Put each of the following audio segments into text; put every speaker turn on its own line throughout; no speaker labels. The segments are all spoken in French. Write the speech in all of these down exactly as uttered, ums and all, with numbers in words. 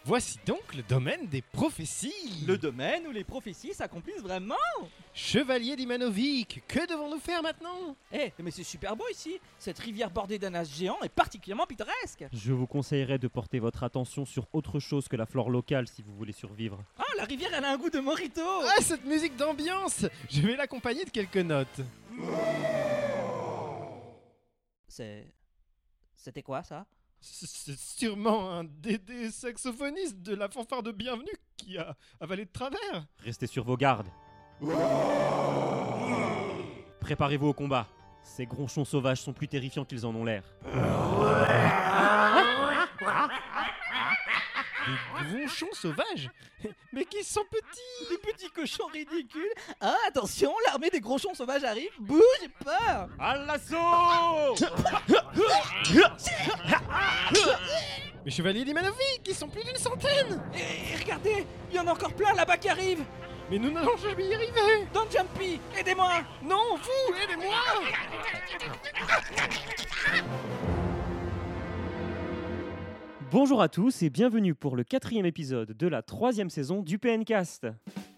Voici donc le domaine des prophéties.
Le domaine où les prophéties s'accomplissent vraiment.
Chevalier d'Imanovic, que devons-nous faire maintenant?
Eh, mais c'est super beau ici. Cette rivière bordée d'un as géant est particulièrement pittoresque.
Je vous conseillerais de porter votre attention sur autre chose que la flore locale si vous voulez survivre.
Ah, la rivière elle a un goût de mojito.
Ah, cette musique d'ambiance! Je vais l'accompagner de quelques notes.
C'est... C'était quoi ça?
C'est sûrement un des, des saxophonistes de la fanfare de bienvenue qui a avalé de travers.
Restez sur vos gardes. Préparez-vous au combat. Ces gronchons sauvages sont plus terrifiants qu'ils en ont l'air.
Des gronchons sauvages? Mais qui sont petits!
Des petits cochons ridicules. Ah, attention, l'armée des gronchons sauvages arrive. Bouh, j'ai peur.
À l'assaut!
Mais chevaliers d'Imanovic, ils sont plus d'une centaine!
Et, et regardez, il y en a encore plein là-bas qui arrivent.
Mais nous n'allons jamais y arriver!
Don't Jumpy, aidez-moi.
Non, vous, aidez-moi!
Bonjour à tous et bienvenue pour le quatrième épisode de la troisième saison du P N Cast.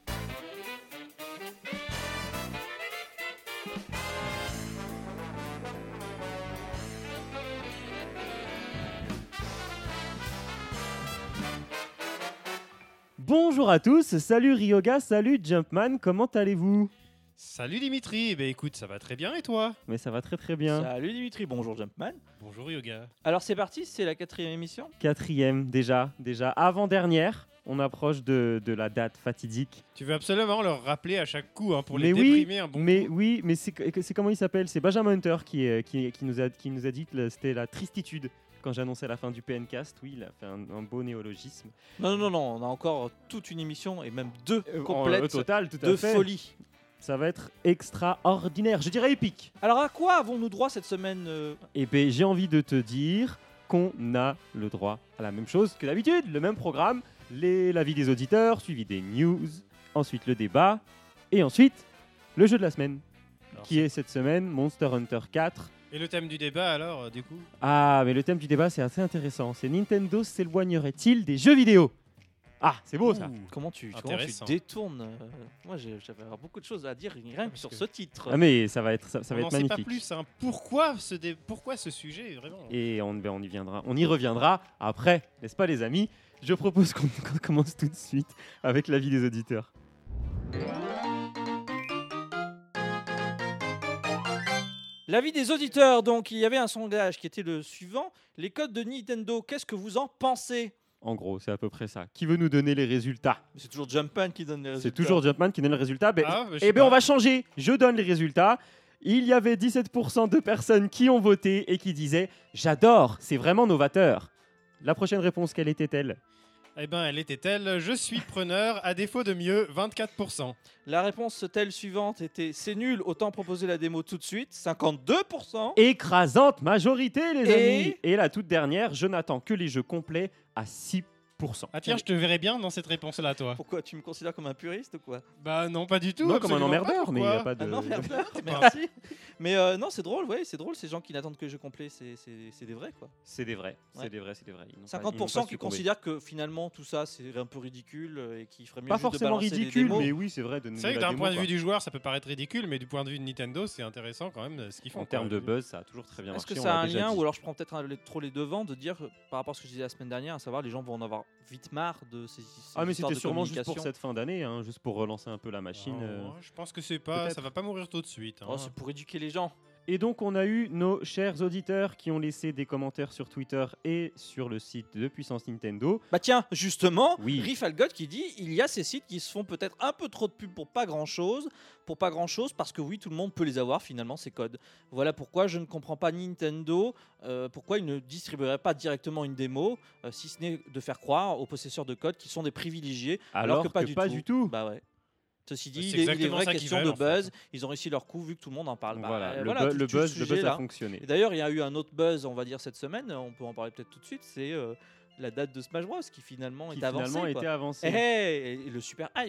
Bonjour à tous, salut Ryoga, salut Jumpman, comment allez-vous?
Salut Dimitri, bah écoute, ça va très bien et toi?
Mais ça va très très bien.
Salut Dimitri, bonjour Jumpman.
Bonjour Yoga.
Alors c'est parti, c'est la quatrième émission.
Quatrième déjà, déjà avant-dernière, on approche de, de la date fatidique.
Tu veux absolument leur rappeler à chaque coup hein, pour
mais
les
oui,
déprimer un bon
mais
coup.
oui, mais c'est, c'est comment il s'appelle? C'est Benjamin Hunter qui, est- qui, qui, nous a, qui nous a dit que c'était la tristitude. Quand j'annonçais la fin du P N Cast, oui, il a fait un, un beau néologisme.
Non, non, non, non, on a encore toute une émission et même deux
Euh,
complètes
en- au total, tout à
de
fait.
folie.
Ça va être extraordinaire, je dirais épique.
Alors à quoi avons-nous droit cette semaine euh,
Et ben j'ai envie de te dire qu'on a le droit à la même chose que d'habitude, le même programme, les, l'avis des auditeurs, suivi des news, ensuite le débat, et ensuite le jeu de la semaine,
Alors,
qui est cette semaine Monster Hunter quatre.
Et le thème du débat alors, euh, du coup?
Ah, mais le thème du débat c'est assez intéressant, c'est Nintendo s'éloignerait-il des jeux vidéo? Ah, c'est beau ça.
Ouh, Comment tu, comment tu
Intéressant.
détournes euh, Moi j'ai- j'avais beaucoup de choses à dire rien que
parce
sur
que-
ce titre.
Ah mais ça va être, ça, ça
On
va
n'en
être
sait
magnifique.
pas plus, hein. Pourquoi ce, dé- Pourquoi ce sujet, vraiment?
Et on, ben, on y viendra, on y reviendra après, n'est-ce pas les amis? Je propose qu'on, qu'on commence tout de suite avec l'avis des auditeurs.
L'avis des auditeurs, donc il y avait un sondage qui était le suivant. Les codes de Nintendo, qu'est-ce que vous en pensez?
En gros, c'est à peu près ça. Qui veut nous donner les résultats?
C'est toujours Jumpman qui donne les résultats.
C'est toujours Jumpman qui donne le résultat. Ben,
Ah, bah, je sais
eh bien,
pas.
on va changer. Je donne les résultats. Il y avait dix-sept pour cent de personnes qui ont voté et qui disaient « J'adore, c'est vraiment novateur ». La prochaine réponse, quelle était-elle?
Eh ben, elle était telle, je suis preneur, à défaut de mieux, vingt-quatre pour cent.
La réponse telle suivante était c'est nul, autant proposer la démo tout de suite, cinquante-deux pour cent.
Écrasante majorité, les
Et-
amis. Et la toute dernière, je n'attends que les jeux complets à six pour cent.
Ah tiens, je te verrais bien dans cette réponse-là, toi.
Pourquoi tu me considères comme un puriste ou quoi?
Bah non, pas du tout.
Non, comme un
absolument
emmerdeur,
pas,
mais il n'y a
pourquoi
pas de...
Ah non, merdeur, merci. Mais euh, non, c'est drôle, ouais, c'est drôle, ces gens qui n'attendent que les jeux complets, c'est, c'est, c'est des vrais quoi.
C'est des vrais,
Ouais.
c'est des vrais, c'est des vrais. Ils n'ont pas-
cinquante
ils n'ont
pour cent
pas
qui
succombé.
considèrent que finalement tout ça c'est un peu ridicule euh, et qu'il ferait mieux
Pas
juste de
forcément
balancer des
ridicule,
démos.
mais oui, c'est vrai. De
C'est vrai que d'un point de vue du joueur, ça peut paraître ridicule, mais du point de vue de Nintendo, c'est intéressant quand même euh, ce qu'ils font.
En
quoi.
termes de buzz, ça a toujours très bien
Est-ce
marché.
que
on
ça a
l'a
un
déjà
lien
dit.
ou alors je prends peut-être un- les- trop les devants de dire euh, par rapport à ce que je disais la semaine dernière, à savoir les gens vont en avoir vite marre de ces, ces
Ah mais
histoires
c'était
de
sûrement juste pour
communication.
cette fin d'année, hein, juste pour relancer un peu la machine.
Oh,
euh.
je pense que c'est pas,
peut-être.
ça va pas mourir tout de suite. hein.
Oh, c'est pour éduquer les gens.
Et donc on a eu nos chers auditeurs qui ont laissé des commentaires sur Twitter et sur le site de Puissance Nintendo.
Bah tiens, justement,
Oui.
Rifalgot qui dit il y a ces sites qui se font peut-être un peu trop de pub pour pas grand-chose, pour pas grand-chose parce que oui, tout le monde peut les avoir finalement ces codes. Voilà pourquoi je ne comprends pas Nintendo, euh, pourquoi ils ne distribueraient pas directement une démo, euh, si ce n'est de faire croire aux possesseurs de codes qui sont des privilégiés, alors,
Alors
que pas,
que
du,
pas
tout.
du tout.
Bah ouais. Ceci dit,
C'est
il est, il est
exactement
vrai
ça qu'ils
question
veulent,
de
en fait.
buzz, ils ont réussi leur coup vu que tout le monde en parle. Bah,
voilà,
euh,
le,
voilà,
bu-
tout-
le
tout ce
buzz, le buzz
sujet-là.
a fonctionné.
Et d'ailleurs, il y a eu un autre buzz, on va dire, cette semaine, on peut en parler peut-être tout de suite, c'est euh, la date de Smash Bros qui finalement
Qui
est avancée.
finalement a
quoi.
été avancé.
Eh, eh, et le super hype quoi.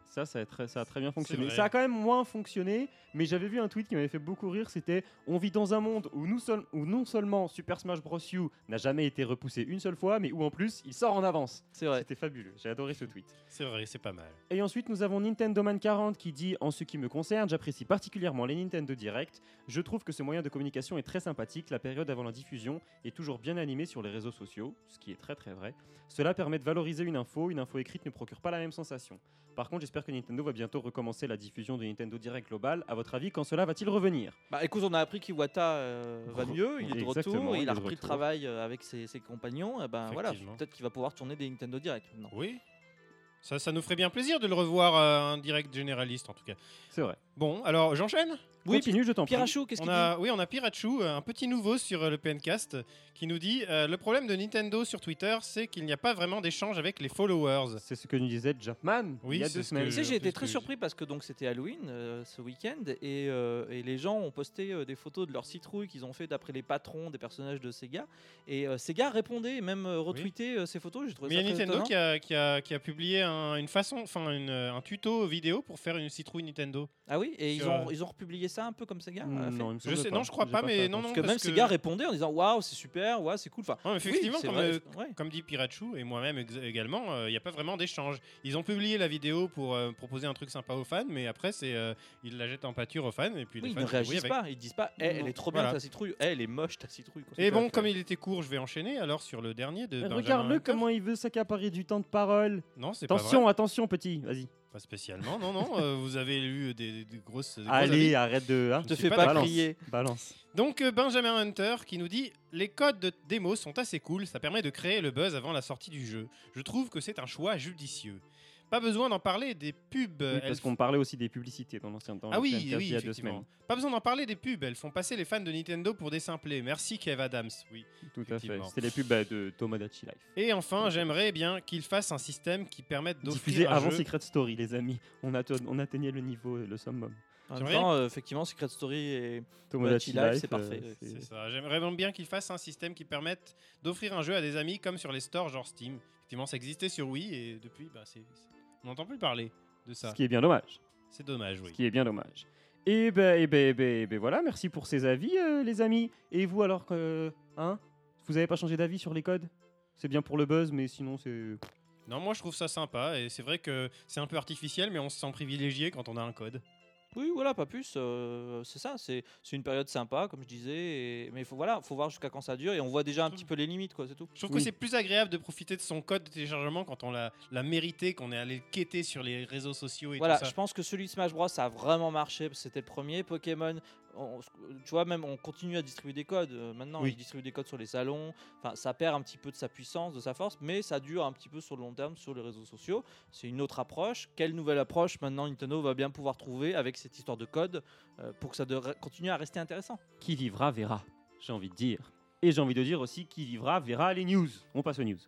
Ça, ça a, très, ça a très bien fonctionné.
vrai.
Ça a quand même moins fonctionné, mais j'avais vu un tweet qui m'avait fait beaucoup rire. C'était on vit dans un monde où, nous sol- où non seulement Super Smash Bros. U n'a jamais été repoussé une seule fois, mais où en plus il sort en avance.
C'est vrai.
C'était fabuleux. J'ai adoré ce tweet.
C'est vrai, c'est pas mal.
Et ensuite, nous avons Nintendo Man quarante qui dit en ce qui me concerne, j'apprécie particulièrement les Nintendo Direct. Je trouve que ce moyen de communication est très sympathique. La période avant la diffusion est toujours bien animée sur les réseaux sociaux, ce qui est très très vrai. Cela permet de valoriser une info. Une info écrite ne procure pas la même sensation. Par contre, j'espère que Nintendo va bientôt recommencer la diffusion de Nintendo Direct Global. À votre avis, quand cela va-t-il revenir ?
Bah écoute, on a appris qu'Iwata euh, va mieux, il est de
Exactement,
retour,
il
il,
est
a
de
repris le
retour.
travail euh, avec ses, ses compagnons. Et ben voilà,
Effectivement.
peut-être qu'il va pouvoir tourner des Nintendo Direct maintenant.
Oui. Ça, ça nous ferait bien plaisir de le revoir euh, un direct généraliste en tout cas.
C'est vrai.
Bon, alors j'enchaîne.
Oui,
Continue, je t'en prie.
Pirachou, qu'est-ce
On
qu'il
a, oui, on a Pirachu, un petit nouveau sur euh, le P N Cast, qui nous dit euh, le problème de Nintendo sur Twitter, c'est qu'il n'y a pas vraiment d'échange avec les followers.
C'est ce que nous disait Jumpman
Oui,
il y a
c'est
deux
ce
semaines.
que
Tu sais,
je-
j'ai été
c'est
très
ce que
surpris parce que donc c'était Halloween euh, ce week-end et, euh, et les gens ont posté euh, des photos de leurs citrouilles qu'ils ont fait d'après les patrons des personnages de Sega et euh, Sega répondait et même euh, retweetait euh, ces photos. J'ai trouvé
Mais il y
ça
a
très
Nintendo
étonnant.
qui a, qui, a, qui a publié un, une façon, enfin une, un tuto vidéo pour faire une citrouille Nintendo.
Ah oui, et ils
sur,
ont
euh,
ils ont republié ça un peu comme Sega.
Mm,
a fait
non, il me
Je
semble
sais,
pas.
non, je crois
J'ai
pas,
fait
mais non,
attention.
non,
Parce que même
parce que-
Sega répondait en disant waouh, c'est super, ouais, c'est cool. Enfin,
Ouais, mais
oui,
effectivement,
c'est
comme,
vrai,
euh,
ouais.
comme dit Pirachu et moi-même ex- également, euh, il n'y a pas vraiment d'échange. Ils ont publié la vidéo pour euh, proposer un truc sympa aux fans, mais après, c'est euh, ils la jettent en pâture aux fans et puis
Oui,
les
ils
fans
ne
se débrouillent
réagissent
avec.
pas, ils disent pas, Eh, elle
Non.
est trop bien
Voilà.
ta citrouille, Eh, elle est moche ta citrouille. quoi.
Et
Tout à
bon,
fait.
comme il était court, je vais enchaîner alors sur le dernier de Benjamin
Regarde-le
Hunter.
comment il veut s'accaparer du temps de parole.
Non, c'est pas vrai.
Attention, attention, petit. Vas-y.
Pas spécialement, non, non. euh, vous avez lu des, des grosses. des gros
Allez,
avis.
arrête de. hein.
Je
Te
suis
fais
pas
pas
d'accord.
crier.
Balance.
Donc euh, Benjamin Hunter qui nous dit les codes de démo sont assez cool, ça permet de créer le buzz avant la sortie du jeu. Je trouve que c'est un choix judicieux. Pas besoin d'en parler des pubs.
Oui,
elles
parce qu'on parlait aussi des publicités dans l'ancien temps.
Ah oui,
l'ancien cast
oui,
il y a deux
effectivement.
semaines.
Pas besoin d'en parler des pubs, elles font passer les fans de Nintendo pour des simplés. Merci Kev Adams, oui.
Tout à fait.
Effectivement.
C'était les pubs bah, de Tomodachi Life.
Et enfin, j'aimerais bien qu'ils fassent un système qui permette
Diffusé
d'offrir un
avant
jeu.
Secret Story, les amis. On, atte- on atteignait le niveau, le summum.
En
C'est
même
vrai
temps, euh, effectivement, Secret Story et
Tomodachi
Life,
Life,
c'est parfait.
euh,
C'est ça. J'aimerais vraiment bien qu'ils fassent un système qui permette d'offrir un jeu à des amis comme sur les stores genre Steam. Effectivement, ça existait sur Wii et depuis, bah, c'est... c'est- on n'entend plus parler de ça.
Ce qui est bien dommage.
C'est dommage, oui.
Ce qui est bien dommage. Et ben, et ben, et ben, et ben voilà, merci pour ces avis, euh, les amis. Et vous alors, que, hein vous avez pas changé d'avis sur les codes? C'est bien pour le buzz, mais sinon c'est.
Non, moi je trouve ça sympa et c'est vrai que c'est un peu artificiel, mais on se sent privilégié quand on a un code.
Oui, voilà, pas plus. euh, c'est ça, c'est c'est une période sympa, comme je disais. et- Mais il faut, voilà, faut voir jusqu'à quand ça dure et on voit déjà un petit peu les limites, quoi, c'est tout.
Je trouve
Oui.
que c'est plus agréable de profiter de son code de téléchargement quand on l'a, l'a mérité, qu'on est allé le quêter sur les réseaux sociaux et
Voilà,
tout ça.
je pense que celui de Smash Bros, ça a vraiment marché, parce que c'était le premier. Pokémon, on- tu vois, même on continue à distribuer des codes. euh, Maintenant,
Oui.
ils distribuent des codes sur les salons. Enfin, ça perd un petit peu de sa puissance, de sa force, mais ça dure un petit peu sur le long terme sur les réseaux sociaux. C'est une autre approche. Quelle nouvelle approche maintenant Nintendo va bien pouvoir trouver avec cette histoire de code euh, pour que ça de- continue à rester intéressant?
Qui vivra verra, j'ai envie de dire. Et j'ai envie de dire aussi qui vivra verra les news. On passe aux news.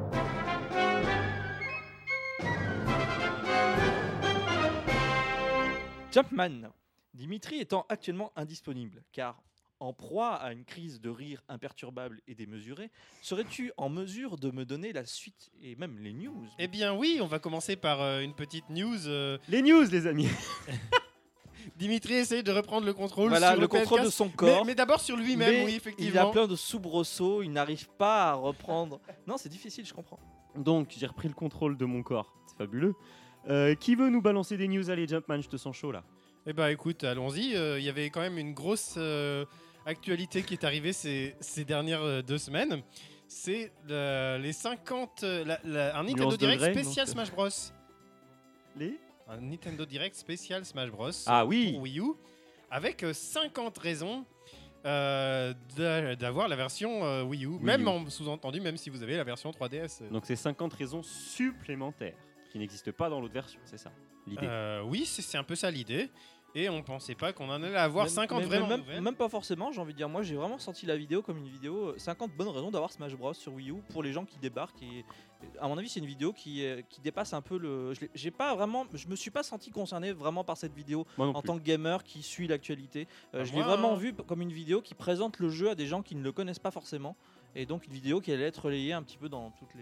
Jumpman, Dimitri étant actuellement indisponible, car en proie à une crise de rire imperturbable et démesurée, serais-tu en mesure de me donner la suite et même les news?
Eh bien oui, on va commencer par euh, une petite news. euh,
Les news, les amis.
Dimitri essaye de reprendre le contrôle
Voilà,
sur
le
le,
contrôle de
P N K,
son
mais,
corps.
mais d'abord sur lui-même,
mais
oui,
il a
effectivement.
plein de soubresauts, il n'arrive pas à reprendre. Non, c'est difficile, je comprends.
Donc, j'ai repris le contrôle de mon corps. C'est fabuleux. Euh, qui veut nous balancer des news? Allez, Jumpman, je te sens chaud là.
Eh ben écoute, allons-y. euh, Il y avait quand même une grosse euh, actualité qui est arrivée ces, ces dernières euh, deux semaines. C'est le- les cinquante... euh, la- la- un Nintendo
Nuance de
Direct
Grey,
spécial
non
Smash Bros.
Les
Un Nintendo Direct spécial Smash Bros.
Ah oui.
Pour Wii U. Avec euh, cinquante raisons euh, d'a- d'avoir la version euh, Wii U.
Wii
même
U.
en sous-entendu, même si vous avez la version trois D S. euh.
Donc, c'est cinquante raisons supplémentaires qui n'existent pas dans l'autre version, c'est ça l'idée.
Euh, oui, c'est c'est un peu ça l'idée. Et on pensait pas qu'on en allait avoir
Même-
cinquante
mais-
vraiment
même,
nouvelles.
même pas forcément, j'ai envie de dire. Moi, j'ai vraiment senti la vidéo comme une vidéo euh, cinquante bonnes raisons d'avoir Smash Bros sur Wii U pour les gens qui débarquent. Et, à mon avis, c'est une vidéo qui, euh, qui dépasse un peu le. Je l'ai- j'ai pas vraiment, je me suis pas senti concerné vraiment par cette vidéo
Moi non
en
plus.
tant que gamer qui suit l'actualité. Euh,
Ah,
je
moi,
l'ai vraiment
hein.
vu p- comme une vidéo qui présente le jeu à des gens qui ne le connaissent pas forcément. Et donc une vidéo qui allait être relayée un petit peu dans toutes les.
Non,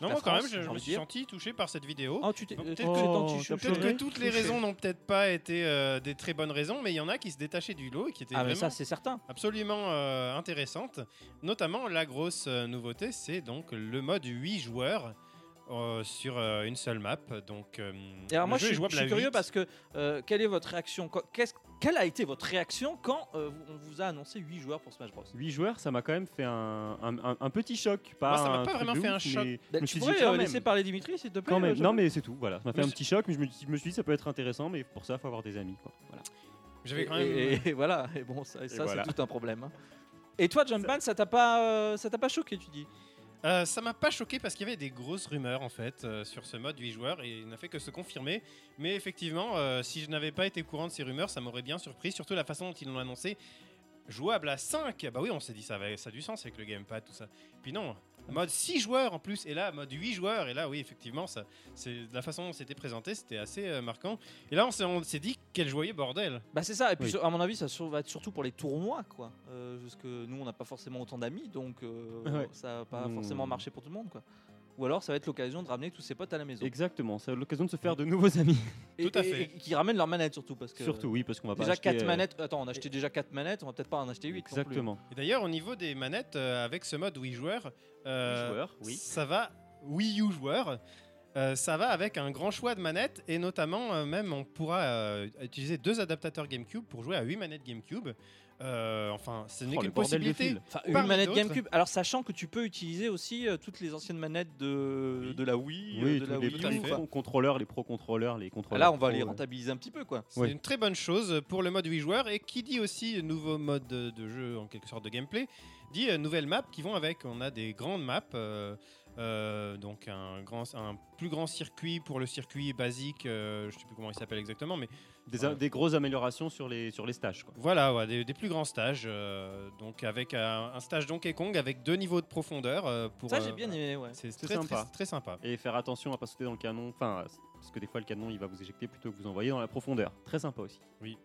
Non,
la
moi quand
France,
même, je,
j'ai
je me
envie de
suis
dire.
senti touché par cette vidéo.
Oh, tu t'es.
Bon,
euh,
peut-être
tu
que-
t'es dans-
Oh,
tu-
t'as
tu-
Peut-être
pleuré.
que toutes les
touché.
raisons n'ont peut-être pas été euh, des très bonnes raisons, mais il y en a qui se détachaient du lot et qui étaient
Ah, mais
vraiment
ça, c'est certain.
absolument euh, intéressantes. Notamment, la grosse euh, nouveauté, c'est donc le mode huit joueurs euh, sur euh, une seule map. Donc, euh,
Et alors
le
moi,
jeu
je
est
suis,
jouable
je suis
à
curieux
huit.
parce que euh, quelle est votre réaction quand- qu'est-ce- Quelle a été votre réaction quand euh, vous- on vous a annoncé huit joueurs pour Smash Bros?
huit joueurs, ça m'a quand même fait un, un- un- un petit choc. Pas
Moi, ça m'a
un
pas
truc
vraiment
de
fait
ouf,
un choc.
mais
Bah,
je me
tu
suis dit
pourrais
quand
euh,
même.
laisser parler Dimitri, s'il te plaît.
Quand même.
euh,
Non, mais c'est tout. Voilà, ça m'a fait
Mais
un
c'est-
petit choc, mais je me, je me suis dit ça peut être intéressant, mais pour ça, il faut avoir des amis. Quoi. Voilà.
J'avais quand
Et-
même.
Et, et voilà, et bon, ça, ça,
voilà.
c'est tout un problème. hein. Et toi, Jumpman, ça t'a pas, euh, ça t'a pas choqué, tu dis?
Euh, ça m'a pas choqué parce qu'il y avait des grosses rumeurs en fait euh, sur ce mode huit joueurs et il n'a fait que se confirmer. Mais effectivement, euh, si je n'avais pas été au courant de ces rumeurs, ça m'aurait bien surpris, surtout la façon dont ils l'ont annoncé. Jouable à cinq, bah oui, on s'est dit ça, avait, ça a du sens avec le gamepad, tout ça. Puis non, mode six joueurs en plus, et là, mode huit joueurs, et là, oui, effectivement, ça, c'est, la façon dont c'était présenté, c'était assez euh, marquant. Et là, on s'est, on s'est dit, quel joyeux bordel.
Bah c'est ça, et puis
Oui.
sur- à mon avis ça sur- va être surtout pour les tournois quoi. Euh, parce que nous on n'a pas forcément autant d'amis donc euh,
Ouais.
ça va pas
Mmh.
forcément marcher pour tout le monde quoi. Ou alors ça va être l'occasion de ramener tous ses potes à la maison.
Exactement, c'est l'occasion de se faire de nouveaux amis.
Et,
Tout à
et-
fait.
et qui ramènent leurs manettes surtout parce que
Surtout, oui, parce qu'on va pas
déjà
acheter,
quatre
euh,
manettes. Attends, on a acheté déjà quatre manettes, on va peut-être pas en acheter huit.
Exactement.
Et d'ailleurs, au niveau des manettes, euh, avec ce mode huit joueurs, euh,
Huit joueurs, oui.
ça va, Wii U joueurs, euh, ça va avec un grand choix de manettes et notamment, euh, même, on pourra euh, utiliser deux adaptateurs GameCube pour jouer à huit manettes GameCube. Euh, enfin, ce n'est
Oh,
qu'une
le bordel de
possibilité.
fil.
Enfin,
Parmi
une manette
d'autres.
GameCube. Alors sachant que tu peux utiliser aussi euh, toutes les anciennes manettes de,
Oui.
de la Wii, euh,
Oui,
de
tous
la
les
Wii
tout à
U,
fait.
quoi.
pro- contrôleurs, les pro-contrôleurs, les contrôleurs.
Là on va
pro,
les
euh,
rentabiliser un petit peu quoi.
C'est
Oui.
une très bonne chose pour le mode huit joueurs et qui dit aussi nouveau mode de, de jeu en quelque sorte de gameplay dit euh, nouvelles maps qui vont avec. On a des grandes maps, euh, euh, donc un, grand, un plus grand circuit pour le circuit basique, euh, je sais plus comment il s'appelle exactement, mais
Des, a- des grosses améliorations sur les, sur les stages. Quoi.
voilà, ouais, des, des plus grands stages, euh, donc avec un, un stage Donkey Kong avec deux niveaux de profondeur euh, pour.
Ça
euh,
j'ai bien aimé ouais.
C'est
C'est
très,
sympa.
très, très sympa.
Et faire attention à pas sauter dans le canon, enfin, parce que des fois le canon il va vous éjecter plutôt que vous envoyer dans la profondeur. Très sympa aussi.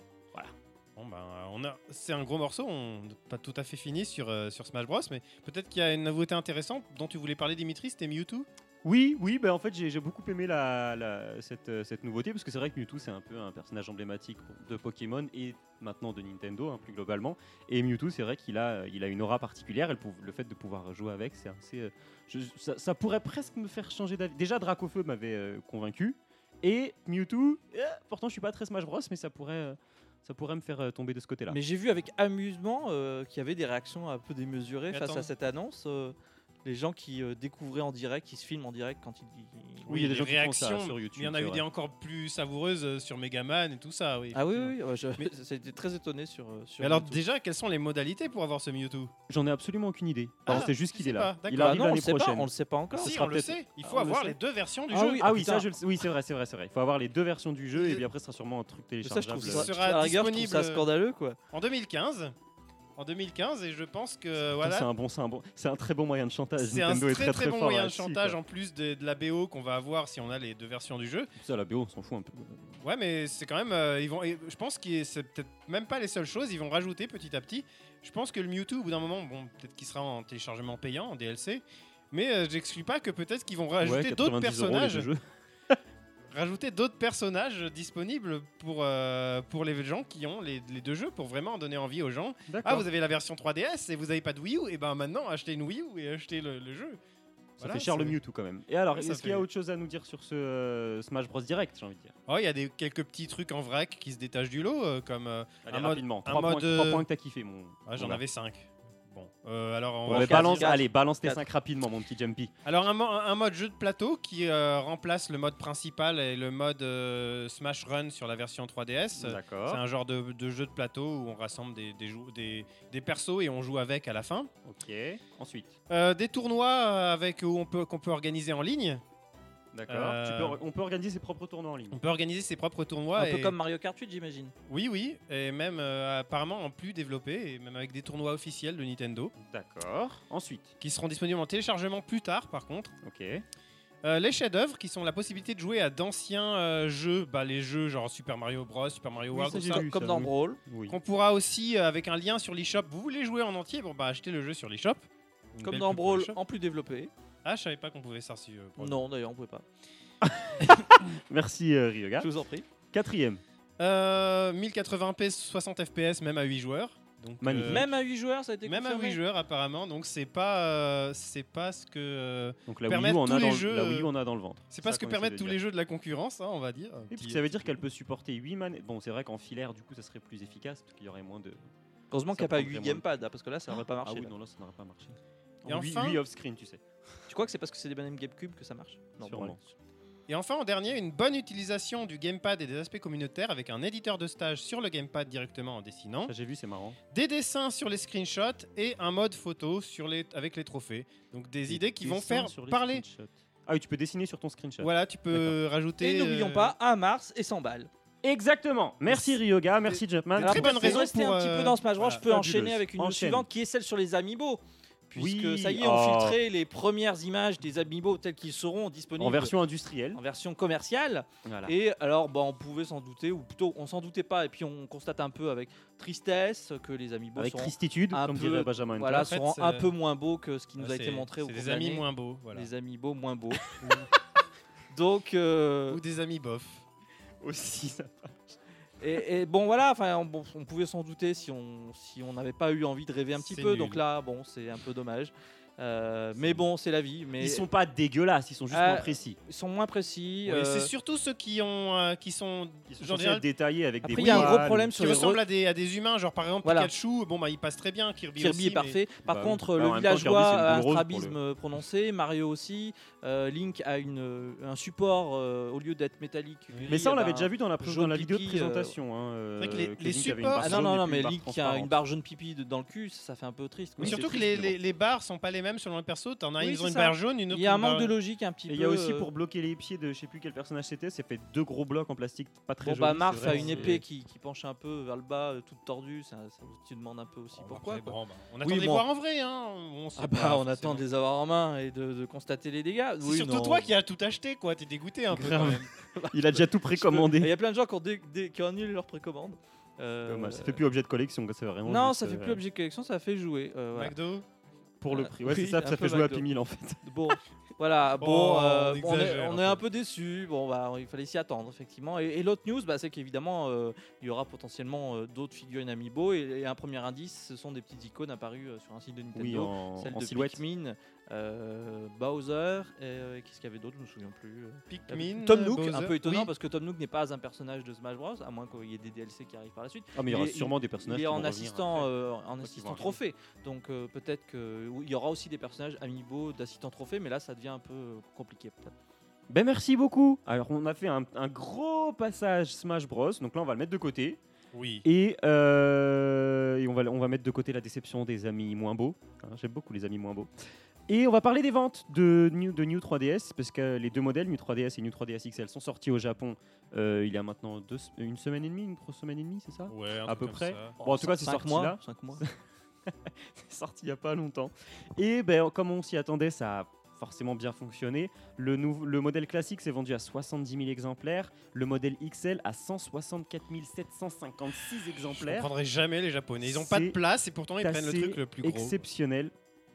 Bon, ben, euh, on a, c'est un gros morceau, on n'a pas tout à fait fini sur, euh, sur Smash Bros, mais peut-être qu'il y a une nouveauté intéressante dont tu voulais parler, Dimitri, c'était Mewtwo.
Oui, oui, bah en fait j'ai j'ai beaucoup aimé la, la- cette, euh, cette nouveauté parce que c'est vrai que Mewtwo c'est un peu un personnage emblématique de Pokémon et maintenant de Nintendo hein, plus globalement. Et Mewtwo c'est vrai qu'il a, il a une aura particulière et le, pou- le fait de pouvoir jouer avec, c'est assez, euh, je- ça, ça pourrait presque me faire changer d'avis. Déjà Dracofeu m'avait euh, convaincu et Mewtwo, euh, pourtant je suis pas très Smash Bros mais ça pourrait, euh, ça pourrait me faire euh, tomber de ce côté-là.
Mais j'ai vu avec amusement euh, qu'il y avait des réactions un peu démesurées
Mais
face
attends.
à cette annonce. euh, les gens qui euh, découvraient en direct, qui se filment en direct quand ils.
Oui, il y a des
les
gens qui font ça
réactions,
sur YouTube,
mais il y en a
c'est
eu
vrai.
des encore plus savoureuses euh, sur Megaman et tout ça. Oui,
Ah oui,
effectivement.
oui, ouais, je-
Mais-
j'étais très étonné sur. euh, sur
Mais alors
YouTube.
déjà, quelles sont les modalités pour avoir ce Mewtwo?
J'en ai absolument aucune idée.
Ah,
Alors, c'est juste
tu
qu'il
sais
est là.
pas,
Il
d'accord.
Ah
arrive
non, on le
l'année
sait pas,
prochaine.
on le sait pas encore.
Si,
sera
on le
peut-être-
sait. Il faut
Ah, on le
avoir
sait.
les deux versions du
Ah
jeu.
oui,
Ah
Ah,
oui,
putain.
ça je le sais. Oui, c'est vrai, c'est vrai, c'est vrai. Il faut avoir les deux versions du jeu et puis après ce sera sûrement un truc
Mais ça, je trouve
téléchargeable.
ça,
sera
à la rigueur, je trouve
disponible-
ça scandaleux quoi.
En deux mille quinze. En deux mille quinze, et je pense que
Putain,
voilà.
C'est un bon, c'est un bon, c'est un très bon moyen de chantage.
C'est un
Nintendo est
très
très
très,
très
bon
fort
moyen de
là-dessus,
chantage
quoi.
en plus de, de la B O qu'on va avoir si on a les deux versions du jeu.
Ça, la B O, on s'en fout un peu.
Ouais, mais c'est quand même. euh, ils vont, et je pense que c'est peut-être même pas les seules choses. Ils vont rajouter petit à petit. Je pense que le Mewtwo, au bout d'un moment, bon, peut-être qu'il sera en téléchargement payant, en D L C. Mais euh, j'exclus pas que peut-être qu'ils vont rajouter
Ouais,
d'autres
quatre-vingt-dix euros, les
personnages.
deux jeux.
Rajouter d'autres personnages disponibles pour, euh, pour les gens qui ont les, les deux jeux pour vraiment donner envie aux gens. Ah,
D'accord.
vous avez la version trois D S et vous n'avez pas de Wii U, et ben maintenant achetez une Wii U et achetez le, le jeu.
Ça
Voilà,
fait cher le
c'est-
Mewtwo quand même. Et alors,
Ouais, ça
est-ce qu'il y a
fait-
autre chose à nous dire sur ce euh, Smash Bros Direct, j'ai envie de dire
Oh, il y a des, quelques petits trucs en vrac qui se détachent du lot, euh, comme euh,
Allez,
un mode.
rapidement.
un
Trois points,
mode,
trois
euh,
points que t'as kiffé, mon.
Ah, j'en
mon gars.
avais cinq. Bon, euh, alors on
Bon,
va
mais
quatre,
balance,
quatre,
allez, balance tes
quatre.
cinq rapidement, mon petit Jumpy.
Alors un, mo- un mode jeu de plateau qui euh, remplace le mode principal et le mode euh, Smash Run sur la version trois D S. C'est
D'accord.
un genre de, de jeu de plateau où on rassemble des, des, jou- des, des persos et on joue avec à la fin.
Ok. Ensuite.
Euh, des tournois euh, avec, où on peut, qu'on peut organiser en ligne.
D'accord.
Euh,
Tu peux- on peut organiser ses propres tournois en ligne.
On peut organiser ses propres tournois.
Un peu
et-
comme Mario Kart huit, j'imagine.
Oui, oui. Et même euh, apparemment en plus développé, et même avec des tournois officiels de Nintendo
D'accord. Ensuite.
qui seront disponibles en téléchargement plus tard par contre.
Ok.
Euh, les chefs-d'œuvre qui sont la possibilité de jouer à d'anciens euh, jeux, bah, les jeux genre Super Mario Bros, Super Mario
Oui,
World,
ça,
tout
j'ai
ça,
vu.
Comme
ça,
dans
oui.
Brawl.
Oui.
qu'on pourra aussi euh, avec un lien sur l'eShop. Vous voulez jouer en entier, bon bah achetez le jeu sur l'eShop. Une
Comme
belle
dans
pub pour
Brawl,
l'eShop.
en plus développé.
Ah, je savais pas qu'on pouvait ça sur. euh, pour le-
Non, d'ailleurs, on pouvait pas.
Merci euh, Ryoga.
Je vous en prie.
Quatrième.
Euh, mille quatre-vingts p, soixante F P S, même à huit joueurs. Donc,
Magnifique.
Même à huit joueurs, ça a été
même à
confirmé.
huit joueurs apparemment. Donc c'est pas, euh, c'est pas ce que, euh,
Donc la Wii,
Permettre
U, on
tous
a
les
dans, le-
jeux,
la Wii U,
euh,
on a dans le ventre.
c'est pas
ça
ce que
qu'on
permettent
essaie de
tous
dire.
les jeux de la concurrence, hein, on va dire.
Et
Petit-
puis ça veut dire qu'elle peut supporter huit manettes. Bon, c'est vrai qu'en filaire, du coup, ça serait plus efficace parce qu'il y aurait moins de.
Heureusement
Ça
qu'il n'y a pas
prendrait
huit
moins de-
gamepad, hein, parce que là, ça n'aurait pas marché.
Ah oui,
là.
non, là, ça n'aurait pas marché.
Et
En huit-
enfin-
huit off-screen, tu sais.
Tu crois que c'est parce que c'est des bananes GameCube que ça marche? Non,
Sûrement.
bon,
Et enfin, en dernier, une bonne utilisation du gamepad et des aspects communautaires avec un éditeur de stage sur le gamepad directement en dessinant,
Ça, j'ai vu, c'est marrant.
des dessins sur les screenshots et un mode photo sur les, avec les trophées. Donc des idées qui vont
Dessins
faire
sur les
parler.
screenshots. Ah oui, tu peux dessiner sur ton screenshot.
Voilà, tu peux rajouter.
Et n'oublions
euh,
pas, un mars et cent balles.
Exactement. Merci Ryoga, merci Jumpman.
Très
Alors,
bonne
pour
raison
rester
pour,
un petit
euh,
peu dans Smash Bros,
voilà,
je peux
fabuleuse.
enchaîner avec une news
Enchaîne.
suivante qui est celle sur les amiibo. Puisque
Oui,
ça y est,
oh.
on filtrait les premières images des amiibo tels qu'ils seront disponibles
En version industrielle.
en version commerciale.
Voilà.
Et alors, bah, on pouvait s'en douter, ou plutôt, on s'en doutait pas. Et puis, on constate un peu avec tristesse que les amiibo
Avec
seront,
tristitude,
un
comme
peu-
dirait Benjamin Hunter.
voilà,
En fait,
seront
c'est-
un peu moins beaux que ce qui nous
ouais,
a été
c'est-
montré au
C'est
cours
des
de
amis
l'année.
moins beaux, voilà.
Les amiibo moins beaux. Donc, euh,
Ou des amis bof.
Aussi, ça.
et, et bon voilà, enfin, on, bon, on pouvait s'en douter si on si on n'avait pas eu envie de rêver un petit
C'est
peu.
nul.
Donc là, bon, c'est un peu dommage. Euh, mais bon, c'est la vie. Mais
Ils sont pas dégueulasses, ils sont juste
Ah,
moins précis.
ils sont moins précis.
Oui,
euh,
C'est surtout ceux qui ont, euh, qui sont,
Ils sont
j'en
censés
dirais,
être détaillés avec
Après,
des
il y a un gros
poils.
problème
qui
sur les
ressemblent
re-
à des, à des humains, genre par exemple
Voilà.
Pikachu. Bon bah il passe très bien, Kirby,
Kirby
aussi,
est parfait. Par
Bah,
contre,
bah, en
le
même temps, Kirby,
villageois
c'est une
a un
boule rose pour
strabisme prononcé, Mario aussi. euh, Link a une, un support euh, au lieu d'être métallique.
Mais
gris,
Mais ça, on
eh ben,
l'avait déjà vu dans la, pré-
jaune
dans la vidéo de
pipi, euh,
présentation. hein, euh,
C'est vrai que les-
que
les
Link avait une
supports-
barre
Ah non,
jaune
non,
et
non,
puis
mais
une barre
Link qui a
transparente.
une barre jaune pipi de- dans le cul, ça, ça fait un peu triste.
Mais
quoi.
surtout
c'est
que les,
triste, mais
les, les barres sont pas les mêmes selon les persos. T'en as
Oui,
ils
c'est
ont une
ça.
barre jaune, une autre.
Il y a un
une
manque
barre-
de logique un petit
Et
peu.
il y a aussi
euh,
pour bloquer les pieds de je sais plus quel personnage c'était, ça fait deux gros blocs en plastique pas très
Bon,
jolis.
bah,
c'est
Marth
vrai,
a une
c'est-
épée qui, qui penche un peu vers le bas, euh, toute tordue. Ça, ça, tu te demandes un peu aussi
Bon,
pourquoi.
après,
quoi.
bon, bah, on attend de les
bon.
voir en vrai. Hein. On sait
Ah
pas,
bah, on
forcément.
attend de les avoir en main et de, de constater les dégâts.
C'est
Oui,
surtout
non.
toi qui as tout acheté, quoi. T'es dégoûté un peu
Grave.
quand même.
Il a déjà tout
Il
précommandé.
y a plein de gens qui ont, dé- dé- qui ont annulé leur précommande. Euh,
Dommage, ça fait plus objet de collection, ça fait vraiment.
Non,
juste,
ça fait
euh,
plus objet de collection, ça fait jouer. euh, voilà.
McDo.
Pour le
Euh,
prix. Ouais,
oui,
c'est ça,
un
ça
peu
fait jouer à
McDo.
P mille en fait.
Bon, voilà, bon,
Oh,
euh,
on
bon, on, est,
exagère
on
un
est un
peu.
peu déçus. Bon, bah, il fallait s'y attendre, effectivement. Et, et l'autre news, bah, c'est qu'évidemment, euh, il y aura potentiellement euh, d'autres figurines Amiibo. Et, et un premier indice, ce sont des petites icônes apparues euh, sur un site de Nintendo.
Oui, en,
Celle
en
de
silhouette.
Pikmin, euh, Bowser, et euh, qu'est-ce qu'il y avait d'autre, je me souviens plus. euh.
Pikmin.
Tom Nook,
Bowser.
un peu étonnant
Oui.
parce que Tom Nook n'est pas un personnage de Smash Bros, à moins qu'il y ait des D L C qui arrivent par la suite.
Ah, mais il y aura
Il est-
sûrement des personnages
Il est
qui vont
en
revenir
assistant,
après.
euh, en
qu'ils
assistant
vont
trophée. Donc euh, peut-être qu'il y aura aussi des personnages amiibo d'assistant trophée, mais là ça devient un peu euh, compliqué peut-être.
Ben merci beaucoup. Alors on a fait un, un gros passage Smash Bros. Donc là on va le mettre de côté
Oui.
et, euh, et on va on va mettre de côté la déception des amis moins beaux. Hein, j'aime beaucoup les amis moins beaux. Et on va parler des ventes de New, de New trois D S parce que les deux modèles New trois D S et New trois D S X L sont sortis au Japon euh, il y a maintenant deux, une semaine et demie, une grosse semaine et demie, c'est ça?
Ouais, un
à
truc
peu
comme
près.
ça.
Bon, en tout cas, c'est
Cinq
sorti
mois,
là.
cinq mois.
C'est sorti il n'y a pas longtemps. Et ben, comme on s'y attendait, ça a forcément bien fonctionné. Le, nou- le modèle classique s'est vendu à soixante-dix mille exemplaires, le modèle X L à cent soixante-quatre mille sept cent cinquante-six
Je
exemplaires.
comprendrai jamais les Japonais. Ils ont pas de
C'est
place et pourtant ils prennent le
assez
truc le plus gros.
Exceptionnel.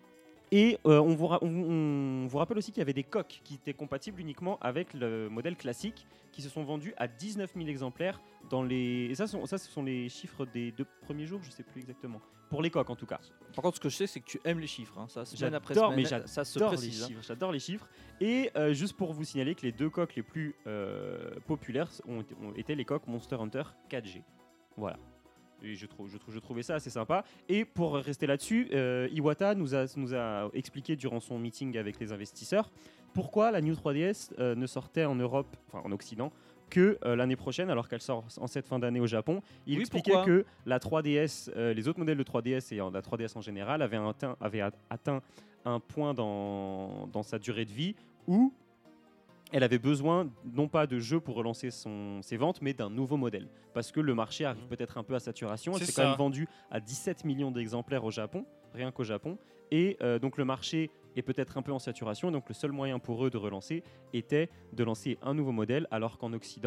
Et euh, on, vous ra- on- on vous rappelle aussi qu'il y avait des coques qui étaient compatibles uniquement avec le modèle classique, qui se sont vendus à dix-neuf mille exemplaires dans les. Et ça, sont- ça, ce sont les chiffres des deux premiers jours, je sais plus exactement. Pour les coques en tout cas.
Par contre, ce que je sais, c'est que tu aimes les chiffres. Hein. Ça, semaine après
J'adore,
semaine,
mais
ça se
J'adore les
précise. hein.
chiffres, j'adore les chiffres. Et euh, juste pour vous signaler que les deux coques les plus euh, populaires ont été, ont été les coques Monster Hunter quatre G. Voilà. Et je, trouve, je, trouve, je trouvais ça assez sympa. Et pour rester là-dessus, euh, Iwata nous a, nous a expliqué durant son meeting avec les investisseurs pourquoi la New trois D S euh, ne sortait en Europe, enfin en Occident, que euh, l'année prochaine, alors qu'elle sort en cette fin d'année au Japon. Il
Oui,
expliquait
pourquoi
que la trois D S, euh, les autres modèles de trois D S et en- la trois D S en général avaient atteint, avaient a- atteint un point dans, dans sa durée de vie où elle avait besoin non pas de jeux pour relancer son, ses ventes, mais d'un nouveau modèle. Parce que le marché arrive
Mhm.
peut-être un peu à saturation. Elle
C'est
s'est
ça.
quand même vendue à dix-sept millions d'exemplaires au Japon, rien qu'au Japon. Et euh, donc le marché est peut-être un peu en saturation. Donc le seul moyen pour eux de relancer était de lancer un nouveau modèle, alors qu'en Occident,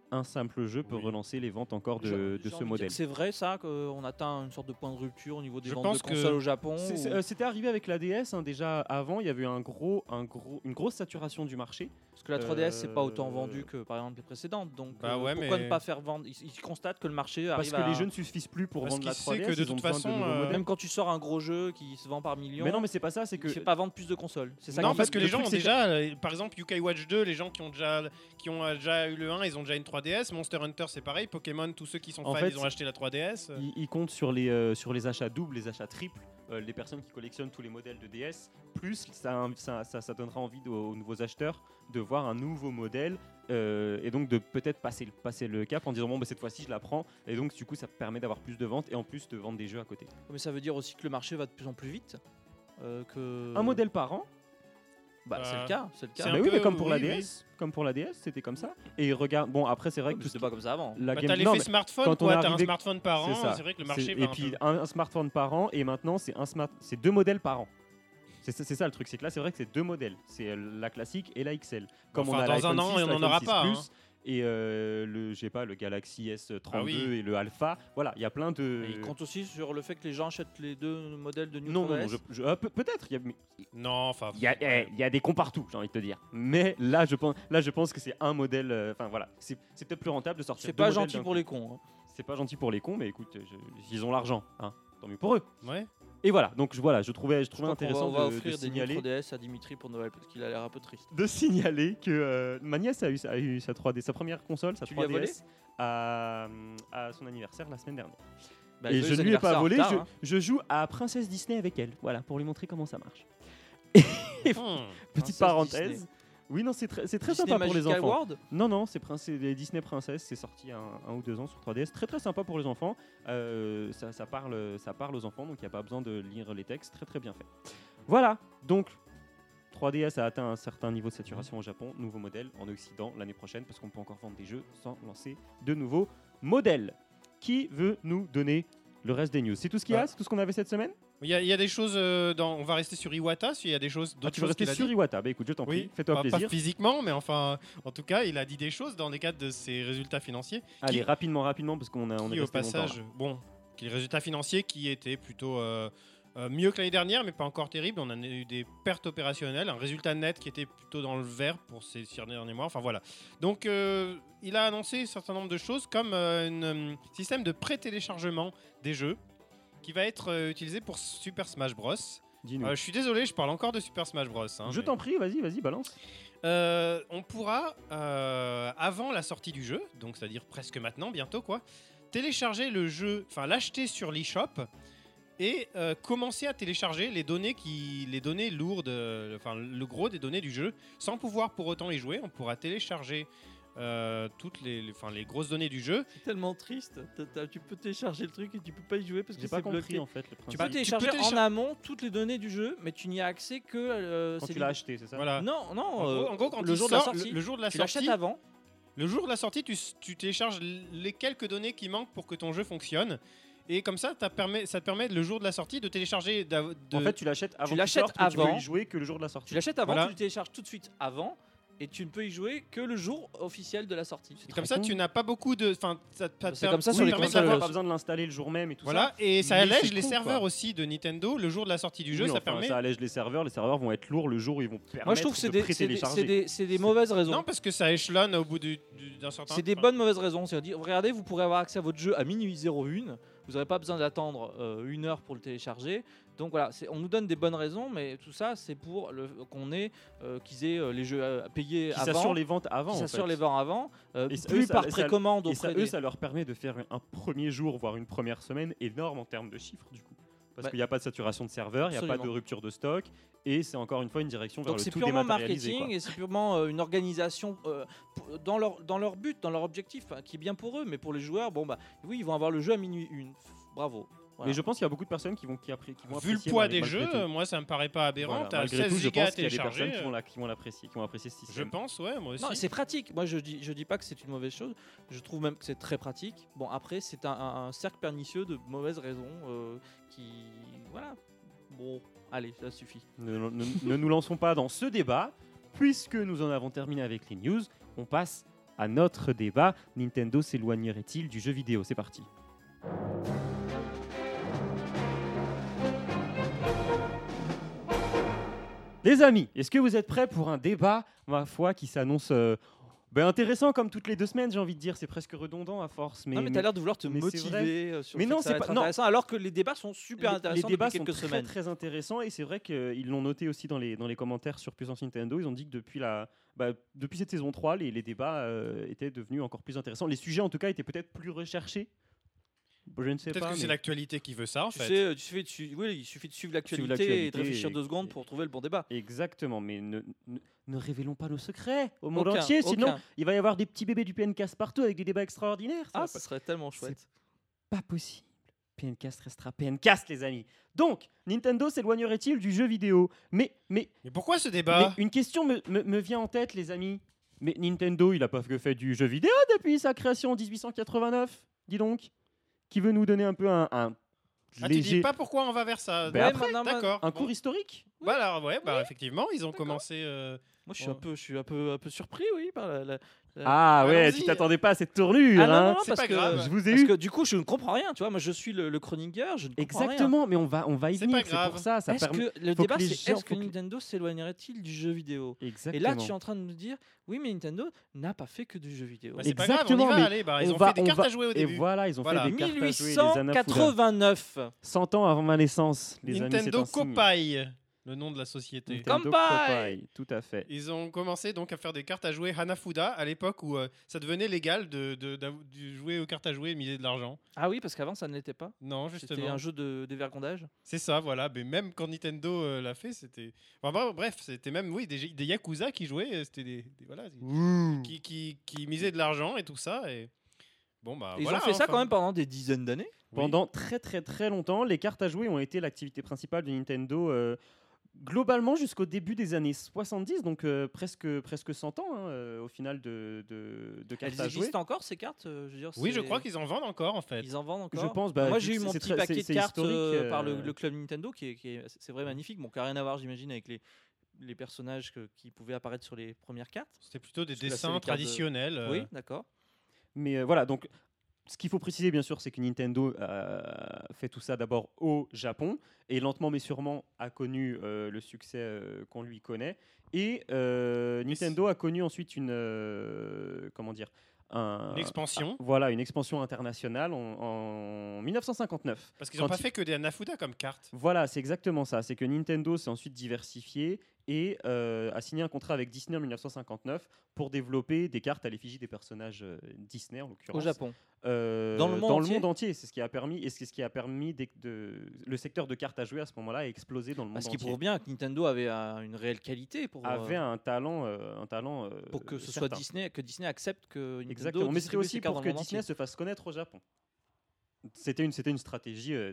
un simple jeu peut
Oui.
relancer les ventes encore de,
J'ai-
de
j'ai
ce
envie de dire
modèle.
que C'est vrai ça qu'on atteint une sorte de point de rupture au niveau des
Je
ventes
pense
de
que
consoles au Japon.
C'est-
ou-
c'est- euh, C'était arrivé avec la D S, hein, déjà avant, il y avait eu un gros, un gros, une grosse saturation du marché.
Parce que la trois D S c'est pas autant
euh,
vendu que par exemple les précédentes. Donc
Bah
euh,
ouais,
pourquoi
mais-
ne pas faire vendre Ils, ils constatent que le marché
Parce
arrive
que
à...
les jeux ne suffisent plus pour
Parce
vendre la
qu'il
trois D S.
sait que de
ils ont
toute
besoin de
façon,
nouveaux
euh,
modèles.
Même quand tu sors un gros jeu qui se vend par millions,
Mais non, mais c'est pas ça, c'est
il
que
fait pas vendre plus de consoles. C'est ça
Non,
qu'en
parce
fait,
que
le
les gens
truc,
ont
c'est que-
déjà, euh, par exemple, U K Watch deux, les gens qui ont déjà, qui ont euh, déjà eu le un, ils ont déjà une trois D S. Monster Hunter, c'est pareil. Pokémon, tous ceux qui sont
En
fans,
fait,
ils ont acheté la trois D S.
ils, ils comptent sur les, euh, sur les achats doubles, les achats triples, euh, les personnes qui collectionnent tous les modèles de D S. Plus, ça, ça, ça, ça donnera envie de- aux nouveaux acheteurs de voir un nouveau modèle euh, et donc de peut-être passer, le- passer le cap en disant bon, bah, cette fois-ci, je la prends. Et donc, du coup, ça permet d'avoir plus de ventes et en plus de vendre des jeux à côté.
mais ça veut dire aussi que le marché va de plus en plus vite. euh, que...
Un modèle par an.
Bah, c'est
Bah,
le cas, c'est le
c'est
cas.
un
Mais oui,
peu-
mais comme pour la
oui,
D
oui.
S, comme pour la D S, c'était comme ça. Et regarde, bon après c'est vrai
Ouais,
que
mais
tout ce
c'était
qui-
pas comme ça avant.
la
Bah,
game-
t'as
non,
l'effet
mais
smartphone,
quand on
quoi.
est
T'as un
arrivé-
smartphone par
c'est
an.
ça.
C'est vrai que le
C'est-
marché va
et
un
puis
peu-
un, un smartphone par an et maintenant c'est un smart, c'est deux modèles par an. C'est ça, c'est ça le truc, c'est que là c'est vrai que c'est deux modèles, c'est euh, la classique et la X L. Comme
Enfin,
on a
dans
l'iPhone
un an,
six,
on en
l'iPhone
aura
six
pas,
Plus,
hein.
et euh, le, je sais pas, le Galaxy S trente-deux
Ah oui.
et le Alpha. Voilà, il y a plein de.
Et il compte aussi sur le fait que les gens achètent les deux modèles de New
Non, non,
trois D
non,
S.
je- je- euh, peut- peut-être. Il y a, mais
Non, enfin.
il y a, eh, il y a des cons partout, j'ai envie de te dire. Mais là, je pense, là, je pense que c'est un modèle. euh, Enfin voilà, c'est c'est peut-être plus rentable de sortir.
C'est
deux
pas
modèles
gentil
d'un
pour
coup.
les cons. hein.
C'est pas gentil pour les cons, mais écoute, je- ils ont l'argent, hein. Tant mieux pour eux.
Ouais.
Et voilà, donc je- voilà, je trouvais, je
Je
trouvais
crois qu'on va-
intéressant
on va
de, de
offrir des New
signaler,
trois D S à Dimitri pour Noël parce qu'il a l'air un peu triste.
de signaler que euh, ma nièce a eu, a eu sa trois D, sa première console, sa
Tu lui as
trois D S, à, à son anniversaire la semaine dernière.
Bah,
Et
joyeux
je ne lui ai pas
anniversaire en
volé,
retard,
je,
hein.
je joue à Princesse Disney avec elle, voilà, pour lui montrer comment ça marche.
Hmm.
Petite
Princesse
parenthèse.
Disney.
Oui, non, c'est très, c'est très
Disney
sympa pour les
Magical
enfants.
World.
Non, non, c'est Prince- c'est les Disney Princess, c'est sorti un, un ou deux ans sur trois D S. Très très sympa pour les enfants. Euh, ça, ça parle, ça parle aux enfants, donc il n'y a pas besoin de lire les textes. Très très bien fait. Voilà, donc trois D S a atteint un certain niveau de saturation au Japon. Nouveau modèle en Occident l'année prochaine, parce qu'on peut encore vendre des jeux sans lancer de nouveaux modèles. Qui veut nous donner le reste des news? C'est tout ce qu'il y a?
Ouais.
C'est tout ce qu'on avait cette semaine?
Il y, a- il y a des choses euh, dans. On va rester sur Iwata. S'il y a des choses.
Ah,
D'autres
tu veux
choses
rester
qu'il a
sur
dit.
Iwata? Bah écoute, je t'en prie,
Oui,
fais-toi
pas, pas
plaisir.
physiquement, mais enfin, en tout cas, il a dit des choses dans le cadre de ses résultats financiers.
Allez,
qui-
rapidement, rapidement, parce qu'on a, on est
qui, au
resté longtemps, là.
passage, bon, qui les résultats financiers qui étaient plutôt euh, euh, mieux que l'année dernière, mais pas encore terrible. On a eu des pertes opérationnelles, un résultat net qui était plutôt dans le vert pour ces six derniers mois. Enfin voilà. Donc, euh, il a annoncé un certain nombre de choses, comme un système de pré-téléchargement des jeux qui va être euh, utilisé pour Super Smash Bros.
Dis-nous.
Euh, je suis désolé, je parle encore de Super Smash Bros. hein,
je
mais-
t'en prie, vas-y, vas-y, balance.
Euh, on pourra, euh, avant la sortie du jeu, donc c'est-à-dire presque maintenant, bientôt quoi, télécharger le jeu, enfin l'acheter sur l'eShop et euh, commencer à télécharger les données qui, les données lourdes, euh, enfin le gros des données du jeu, sans pouvoir pour autant les jouer. On pourra télécharger euh, toutes les, les- enfin les grosses données du jeu.
C'est tellement triste. T'as- t'as- tu peux télécharger le truc et tu peux pas y jouer parce que
J'ai
c'est
pas compris
bloqué.
en fait le
Tu
principe.
peux
Bah, tu
télécharger
peux téléchar-
en amont toutes les données du jeu, mais tu n'y as accès que. euh,
Quand
c'est
tu l'as
libre.
acheté, c'est ça?
Voilà.
Non, non.
En
euh,
gros, en gros, quand
le
il
jour de la
sort,
sortie,
le, le jour de la
tu
sortie,
l'achètes avant.
le jour de la sortie, tu, tu télécharges les quelques données qui manquent pour que ton jeu fonctionne. Et comme ça, t'as permet, ça te permet le jour de la sortie de télécharger. d'av- De...
En fait, tu l'achètes avant qu'il
l'achètes
sorte, mais tu peux
avant.
y jouer que le jour de la sortie.
Tu l'achètes avant,
Voilà.
tu le télécharges tout de suite avant, et tu ne peux y jouer que le jour officiel de la sortie.
Et comme
très
ça,
con.
tu n'as pas beaucoup de. Enfin, ça, ça te
C'est
per-
comme ça
oui,
sur les
permet
consoles,
d'avoir-
pas besoin de l'installer le jour même et tout
Voilà,
ça.
et ça
Mais
allège
c'est
les
con,
serveurs
quoi.
aussi de Nintendo le jour de la sortie du jeu.
Oui,
ça
enfin,
permet.
ça allège les serveurs. Les serveurs vont être lourds le jour où ils vont permettre
Moi, je trouve que c'est
de
des, c'est des,
pré-télécharger.
c'est des- c'est des mauvaises raisons.
Non, parce que ça échelonne au bout du- du- d'un certain.
C'est des
enfin,
bonnes mauvaises raisons. C'est-à-dire, regardez, vous pourrez avoir accès à votre jeu à minuit zéro un. Vous n'aurez pas besoin d'attendre euh, une heure pour le télécharger. Donc voilà, c'est- on nous donne des bonnes raisons, mais tout ça, c'est pour le- qu'on ait, euh, qu'ils aient euh, les jeux à payer
Qui
avant,
s'assurent les ventes avant.
qui
en
s'assurent
fait.
les ventes avant, euh,
Et ça-
plus
eux, ça-
par
ça-
précommande
Et ça,
auprès
eux,
des...
ça leur permet de faire un premier jour, voire une première semaine énorme en termes de chiffres du coup. Parce
Bah,
qu'il n'y a pas de saturation de serveur, il n'y a pas de
absolument.
rupture de stock, et c'est encore une fois une direction vers
Donc
le
c'est
tout
purement
dématérialisé.
marketing
quoi.
et c'est purement euh, une organisation euh, pour- dans, leur, dans leur but, dans leur objectif, hein, qui est bien pour eux, mais pour les joueurs, bon bah oui, ils vont avoir le jeu à minuit une. Bravo. Voilà.
Mais je pense qu'il y a beaucoup de personnes qui vont, qui appré- qui vont
Vu le
apprécier
poids
malgré-
des
malgré
jeux,
tout.
moi ça me paraît pas aberrant.
Voilà,
T'as
malgré
seize
tout, je
gigas à
pense qu'il y a des
télécharger.
personnes qui vont,
euh,
la- qui vont l'apprécier, qui vont apprécier ce
Je
système.
pense, ouais, moi aussi.
Non, c'est pratique. Moi, je dis, je dis pas que c'est une mauvaise chose. Je trouve même que c'est très pratique. Bon, après, c'est un, un- un cercle pernicieux de mauvaises raisons euh, qui, voilà. Bon, allez, ça suffit.
Ne, ne- ne nous lançons pas dans ce débat, puisque nous en avons terminé avec les news. On passe à notre débat. Nintendo s'éloignerait-il du jeu vidéo? C'est parti. Les amis, est-ce que vous êtes prêts pour un débat, ma foi, qui s'annonce euh, ben, intéressant comme toutes les deux semaines, j'ai envie de dire. C'est presque redondant à force. Mais,
non, mais tu as l'air de vouloir te
mais c'est vrai.
motiver euh, sur
Mais
le
non,
fait que ça
c'est
va
pas-
être
non.
intéressant, alors que les débats sont super
les,
intéressants
les débats
depuis
sont
quelques
très,
semaines.
très intéressants et c'est vrai qu'ils l'ont noté aussi dans les, dans les commentaires sur Puissance Nintendo. Ils ont dit que depuis, la, bah, depuis cette saison trois, les, les débats euh, étaient devenus encore plus intéressants. Les sujets, en tout cas, étaient peut-être plus recherchés. Bon, je ne sais
Peut-être
pas.
que c'est
mais-
l'actualité qui veut ça, en
Tu
fait.
sais, euh, il suffit de, su- oui, il suffit de suivre l'actualité et de
l'actualité
réfléchir
et-
deux secondes pour trouver le bon débat.
Exactement, mais ne, ne, ne révélons pas nos secrets au monde
Aucun,
entier, sinon
aucun.
il va y avoir des petits bébés du P N Cast partout avec des débats extraordinaires. Ça
Ah,
va
ce
pas-
serait tellement chouette.
pas possible. P N Cast restera P N Cast, les amis. Donc, Nintendo s'éloignerait-il du jeu vidéo? Mais, mais,
Mais pourquoi ce
mais
débat
une question me, me- me vient en tête, les amis. Mais Nintendo, il a pas que fait du jeu vidéo depuis sa création en dix-huit cent quatre-vingt-neuf. Dis donc. Qui veut nous donner un peu un, un
Ah, tu dis
léger,
pas pourquoi on va vers ça.
Ben
Ouais,
après,
maintenant,
D'accord.
un
Bon.
cours historique?
Bah alors, ouais, bah effectivement, ils ont commencé. euh,
Moi, je suis
Bon.
un peu, je suis un peu, un peu surpris, oui, par la. la- la-
Ah ouais,
Allons-y.
tu t'attendais pas à cette tournure,
Ah non,
hein.
non, non,
C'est
parce
pas
que,
grave.
Je vous ai
parce
eu.
que du coup, je ne comprends rien. Tu vois, moi, je suis le, le chroniqueur, je ne comprends rien.
Exactement, mais on va, on va y
C'est
venir.
pas
C'est
grave.
pour ça. ça
Est-ce
permet-
que le
faut
débat,
que les
c'est
gens-
est-ce que
faut que-
Nintendo s'éloignerait-il du jeu vidéo?
Exactement.
Et là, tu es en train de nous dire, oui, mais Nintendo n'a pas fait que du jeu vidéo.
bah, c'est pas grave, on y
Exactement,
va.
mais
Allez, bah, ils
on
ont
va-
fait des
on
cartes
va-
à jouer au
Et
début.
voilà, ils ont
Voilà.
fait des cartes à jouer, les
mille huit cent
Anafuda.
quatre-vingt-neuf.
cent ans avant ma naissance, les amis,
Nintendo
c'est un signe.
Copai, le nom de la société.
Nintendo
Copai.
Copai, tout à fait.
Ils ont commencé donc à faire des cartes à jouer Hanafuda à l'époque où euh, ça devenait légal de, de, d'av- de jouer aux cartes à jouer et miser de l'argent.
Ah oui, parce qu'avant, ça ne l'était pas.
Non,
C'était
justement.
un jeu de dévergondage.
C'est ça, voilà. Mais même quand Nintendo euh, l'a fait, c'était. Enfin, bref, bref, c'était même oui, des, des Yakuza qui jouaient. euh, C'était des, des- voilà, qui, qui, qui misaient de l'argent et tout ça. Et... Bon, bah,
Ils
voilà,
ont fait ça
enfin.
quand même pendant des dizaines d'années.
Oui.
Pendant très très très longtemps, les cartes à jouer ont été l'activité principale de Nintendo euh, globalement jusqu'au début des années soixante-dix, donc euh, presque, presque cent ans hein, euh, au final de, de, de cartes
Elles
à jouer.
existent encore ces cartes euh, je veux dire,
Oui, je
c'est-
crois qu'ils en vendent encore en fait.
Ils en vendent encore.
Je pense, bah,
Moi,
vu
j'ai eu
que
mon
c'est
petit
très-
paquet
c'est-
de
c'est
cartes
historique,
euh, par le,
euh,
le club Nintendo, qui est, qui est- c'est vrai magnifique. Bon, qui n'a rien à voir, j'imagine, avec les, les personnages que- qui pouvaient apparaître sur les premières cartes.
C'était plutôt des
Parce que là, c'est
dessins
les cartes de-
traditionnels. euh,
Oui, d'accord.
Mais euh, voilà, donc ce qu'il faut préciser bien sûr, c'est que Nintendo euh, fait tout ça d'abord au Japon et lentement mais sûrement a connu euh, le succès euh, qu'on lui connaît. Et euh, Nintendo a connu ensuite une euh, comment dire un-
Une expansion.
ah, voilà, une expansion internationale en, en mille neuf cent cinquante-neuf.
Parce qu'ils n'ont
Quand
pas
il-
fait que des Hanafuda comme cartes.
Voilà, c'est exactement ça. C'est que Nintendo s'est ensuite diversifié et euh, a signé un contrat avec Disney en mille neuf cent cinquante-neuf pour développer des cartes à l'effigie des personnages euh, Disney en l'occurrence.
Au Japon.
Euh,
Dans le monde entier
entier. C'est ce qui a permis et c'est ce qui a permis d'ex- de, le secteur de cartes à jouer à ce moment-là a explosé dans le monde
Parce qu'il
entier.
prouve bien que Nintendo avait euh, une réelle qualité pour, euh,
Avait un talent, euh, un talent euh,
pour que ce soit
certain.
Disney, que Disney accepte que Nintendo
Exactement. Mais c'était
distribue
aussi
ses cartes
pour
dans
que
le monde
Disney
entier.
se fasse connaître au Japon. C'était une, c'était une stratégie euh,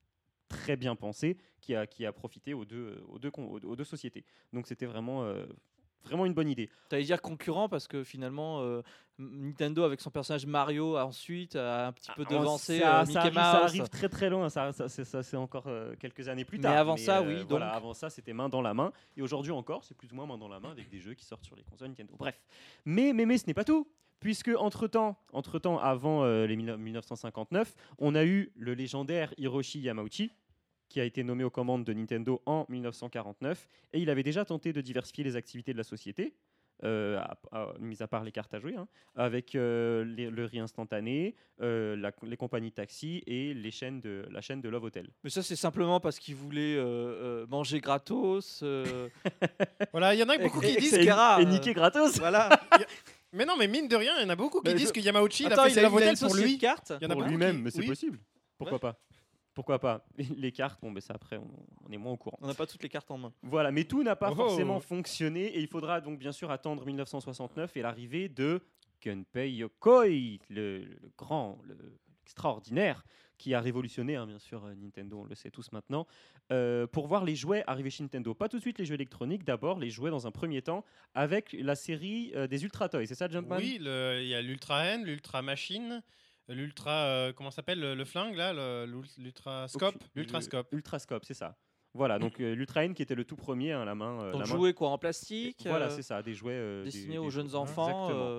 très bien pensée qui a, qui a profité aux deux, aux deux, con- aux deux- aux deux sociétés. Donc c'était vraiment, euh, vraiment une bonne idée.
T'allais dire concurrent parce que finalement euh, Nintendo avec son personnage Mario a ensuite a un petit peu
Ah,
devancé
ça,
euh,
ça
Mickey
arrive,
Mouse.
ça arrive très très loin, ça, ça, c'est, ça, c'est encore euh, quelques années plus
Mais
tard.
avant ça, oui,
voilà,
donc.
avant ça, c'était main dans la main. Et aujourd'hui encore, c'est plus ou moins main dans la main avec des jeux qui sortent sur les consoles Nintendo. Bref. Mais, mais, mais ce n'est pas tout. Puisque, entre-temps, entre-temps avant euh, les mille neuf cent cinquante-neuf, on a eu le légendaire Hiroshi Yamauchi, qui a été nommé aux commandes de Nintendo en mille neuf cent quarante-neuf. Et il avait déjà tenté de diversifier les activités de la société. Euh, à- à- mis à part les cartes à jouer, hein, avec euh, les- le riz instantané, euh, la- les compagnies de taxi et les chaînes de, la chaîne de Love Hotel.
Mais ça c'est simplement parce qu'ils voulaient euh, euh, manger gratos. euh,
Voilà, il y en a beaucoup qui
Et-
disent.
et-
et,
Kera,
et
euh,
niquer gratos.
voilà.
Mais non, mais mine de rien, il y en a beaucoup qui
Mais
disent
je-
que Yamauchi il
Attends,
a fait
il
ses
a,
Love
il a
Hotel
une
pour
société
lui.
de cartes.
Il y en a
Pour
beaucoup
lui-même,
qui-
mais c'est
oui.
possible. Pourquoi pas Pourquoi pas Les cartes, bon, ben ça après, on, on est moins au courant.
On n'a pas toutes les cartes en main.
Voilà, mais tout n'a pas
Oh.
forcément fonctionné et il faudra donc bien sûr attendre mille neuf cent soixante-neuf et l'arrivée de Gunpei Yokoi, le, le grand, le extraordinaire, qui a révolutionné, hein, bien sûr, euh, Nintendo, on le sait tous maintenant, euh, pour voir les jouets arriver chez Nintendo. Pas tout de suite les jeux électroniques, d'abord les jouets dans un premier temps avec la série euh, des Ultra Toys, c'est ça Jumpman?
Oui, le- il y a l'Ultra N, l'Ultra Machine, l'Ultra. euh, comment ça s'appelle le, le flingue là le- L'Ultra Scope.
Aucune-
L'Ultra Scope.
le- Ultra Scope, c'est ça. Voilà, donc euh, l'Ultra N qui était le tout premier, hein, la main. euh,
Donc
la main.
jouer quoi en plastique.
Voilà,
euh,
c'est ça, des jouets euh, des-
destinés
des
aux
jouets-
jeunes enfants.
Exactement.
euh,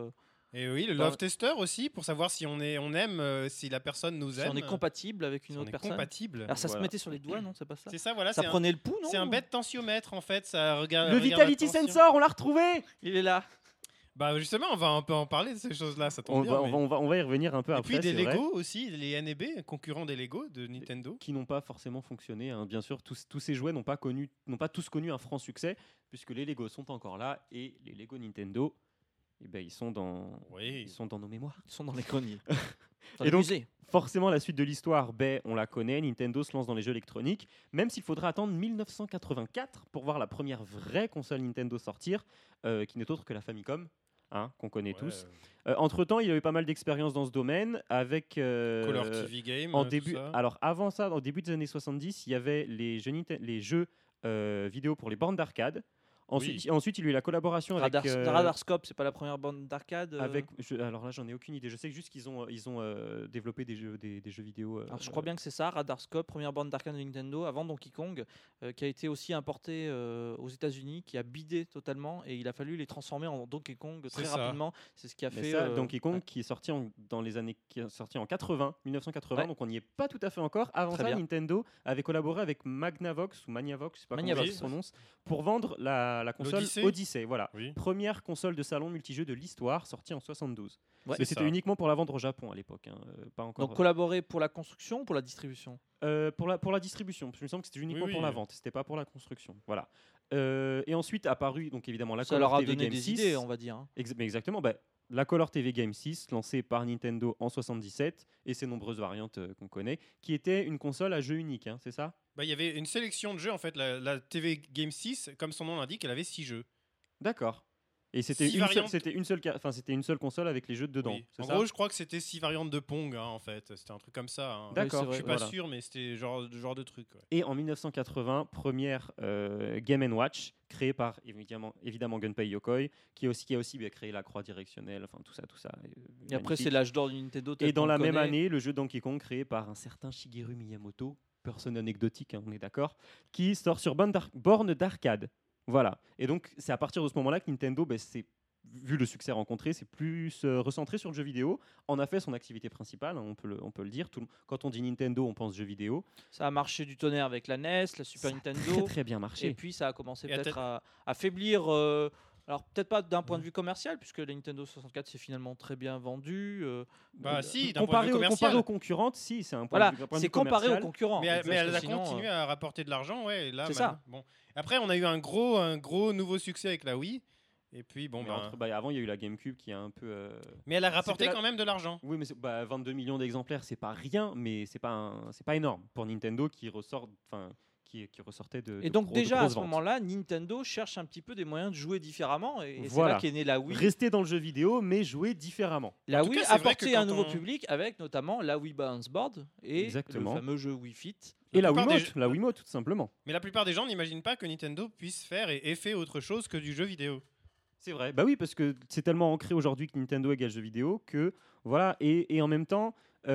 Et oui, le
Dans-
love tester aussi pour savoir si on est, on aime, euh, si la personne nous
Si
aime.
on est compatible avec
si
une
on
autre
est
personne.
compatible.
Alors ça se
Voilà.
mettait sur les doigts, non? C'est pas ça?
C'est ça, voilà.
Ça
c'est un-
prenait le pouls, non?
C'est un bête tensiomètre en fait. Ça regarde.
Le
regarde la
Vitality
tension.
Sensor, on l'a retrouvé.
Il est là.
Bah justement, on va un peu en parler de ces choses-là. Ça tombe
On
bien.
va, on,
mais-
va, on, va, on va y revenir un peu
Et
après.
puis des
c'est vrai,
Lego aussi, les N E B, concurrents des Lego de Nintendo.
qui n'ont pas forcément fonctionné. hein. Bien sûr, tous, tous ces jouets n'ont pas, connu, n'ont pas tous connu un franc succès, puisque les Lego sont encore là et les Lego Nintendo, eh ben, ils, sont dans,
Oui.
ils sont dans nos mémoires.
Ils sont dans les greniers. Dans
Et
les
donc-
musées.
Forcément, la suite de l'histoire, ben, on la connaît. Nintendo se lance dans les jeux électroniques, même s'il faudra attendre mille neuf cent quatre-vingt-quatre pour voir la première vraie console Nintendo sortir, euh, qui n'est autre que la Famicom, hein, qu'on connaît
Ouais,
tous.
euh,
Euh, entre-temps, il y a eu pas mal d'expériences dans ce domaine, avec... euh,
Color T V Game.
en
euh, tout
début,
ça.
alors avant ça, au début des années soixante-dix, il y avait les jeux, Ninten- les jeux euh, vidéo pour les bornes d'arcade. Ensuite,
Oui.
ensuite, il y a eu la collaboration avec...
Radar,
euh,
Radarscope, c'est pas la première bande d'arcade euh
avec je- alors là, j'en ai aucune idée. Je sais juste qu'ils ont, ils ont euh, développé des jeux, des, des jeux vidéo. euh,
Alors je crois bien que c'est ça, Radarscope, première bande d'arcade de Nintendo, avant Donkey Kong, euh, qui a été aussi importé euh, aux États-Unis, qui a bidé totalement, et il a fallu les transformer en Donkey Kong
C'est
très
ça.
rapidement. C'est ce qui a
Mais
fait.
ça,
euh,
Donkey Kong
ouais.
qui est sorti en, dans les années qui est sorti en quatre-vingts, mille neuf cent quatre-vingts,
Ouais.
donc on n'y est pas tout à fait encore. Avant
Très
ça,
bien.
Nintendo avait collaboré avec Magnavox ou Magnavox, je sais pas
Magnavox.
comment ça se prononce, pour vendre la, la console
L'Odyssey.
Odyssey. Voilà,
Oui.
première console de salon multijeu de l'histoire, sortie en soixante-douze.
Ouais.
Mais
C'est
c'était
ça.
uniquement pour la vendre au Japon à l'époque, hein, euh, pas encore.
Donc collaborer pour la construction ou pour la distribution?
Euh, pour, la, pour la distribution, parce que il me semble que c'était uniquement
Oui,
pour
oui.
la vente, c'était pas pour la construction. Voilà. Euh, et ensuite apparu donc évidemment la
Ça
Color
leur a
T V
donné
Game
des
six.
idées, on va dire. hein.
Ex- mais exactement, bah, la Color T V Game six, lancée par Nintendo en soixante-dix-sept, et ses nombreuses variantes euh, qu'on connaît, qui était une console à jeu unique, hein, c'est ça?
Bah, il y avait une sélection de jeux en fait. La, la T V Game six, comme son nom l'indique, elle avait six jeux.
D'accord. Et c'était
Six
une, seule,
variantes.
c'était, une seule, ca- enfin, c'était une seule console avec les jeux dedans,
Oui.
c'est
En
ça?
gros, je crois que c'était six variantes de Pong hein, en fait. C'était un truc comme ça. hein.
D'accord,
c'est
Je
vrai.
suis pas
voilà.
sûr, mais c'était genre, genre de truc. ouais.
Et en mille neuf cent quatre-vingts, première euh, Game and Watch, créée par évidemment, évidemment Gunpei Yokoi, qui a aussi, qui a aussi bah, créé la croix directionnelle, enfin tout ça, tout ça. euh,
Et après,
magnifique.
c'est l'âge d'or du Nintendo. tel
Et dans
qu'on
la
le
même
connaît.
année, le jeu Donkey Kong créé par un certain Shigeru Miyamoto, personne anecdotique, hein, on est d'accord, qui sort sur borne d'ar- borne d'arcade. Voilà. Et donc, c'est à partir de ce moment-là que Nintendo, ben, c'est, vu le succès rencontré, c'est plus euh, recentré sur le jeu vidéo. En a fait son activité principale, hein, on, peut le, on peut le dire. Tout le- quand on dit Nintendo, on pense jeu vidéo.
Ça a marché du tonnerre avec la N E S, la Super
Ça a
Nintendo.
très très bien marché.
Et puis ça a commencé
Et à
peut-être
tel-
à, à faiblir. euh, alors peut-être pas d'un point de vue commercial, puisque la Nintendo soixante-quatre s'est finalement très bien vendue. euh,
Bah
euh,
si, d'un point de
comparé,
vue
au-
commercial.
comparé aux concurrentes, si, c'est un point
Voilà,
de vue, d'un point de
c'est
vue
comparé aux
commercial.
concurrents.
Mais, elle- mais elle
Parce
a
que sinon,
continué
euh,
à rapporter de l'argent, ouais. et Là,
C'est
maintenant-
ça.
Bon. Après, on a eu un gros, un gros nouveau succès avec la Wii. Et puis, bon,
Mais
bah,
entre- bah, avant, il y a eu la GameCube qui a un peu. euh,
mais elle a rapporté
C'était la-
quand même de l'argent.
Oui, mais c'est- bah, vingt-deux millions d'exemplaires, c'est pas rien, mais c'est pas, un- c'est pas énorme pour Nintendo qui ressort, enfin, qui, qui ressortait de.
Et
de
donc
gros- de
déjà à
grosses
ce
ventes.
moment-là, Nintendo cherche un petit peu des moyens de jouer différemment, et, et c'est
Voilà.
là qu'est née la Wii.
Rester dans le jeu vidéo, mais jouer différemment.
La
En tout
Wii
cas, c'est vrai que
apportait un
quand
nouveau
on-
public avec notamment la Wii Balance Board et
Exactement.
le fameux jeu Wii Fit.
Et la
plupart des
Wiimote,
jeux-
la Wiimote, tout simplement.
Mais la plupart des gens n'imaginent pas que Nintendo puisse faire et ait fait autre chose que du jeu vidéo.
C'est vrai. Bah oui, parce que c'est tellement ancré aujourd'hui que Nintendo égale jeu vidéo que voilà. Et, et en même temps,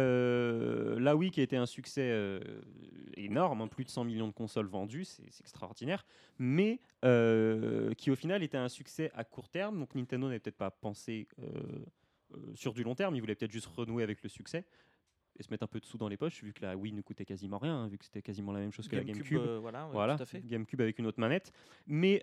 euh, la Wii qui a été un succès euh, énorme, hein, plus de cent millions de consoles vendues, c'est c'est extraordinaire, mais euh, qui au final était un succès à court terme. Donc Nintendo n'avait peut-être pas pensé euh, euh, sur du long terme, il voulait peut-être juste renouer avec le succès et se mettre un peu de sous dans les poches, vu que la Wii ne coûtait quasiment rien, hein, vu que c'était quasiment la même chose que la GameCube.
euh, voilà, ouais,
Voilà,
tout à fait.
GameCube avec une autre manette. Mais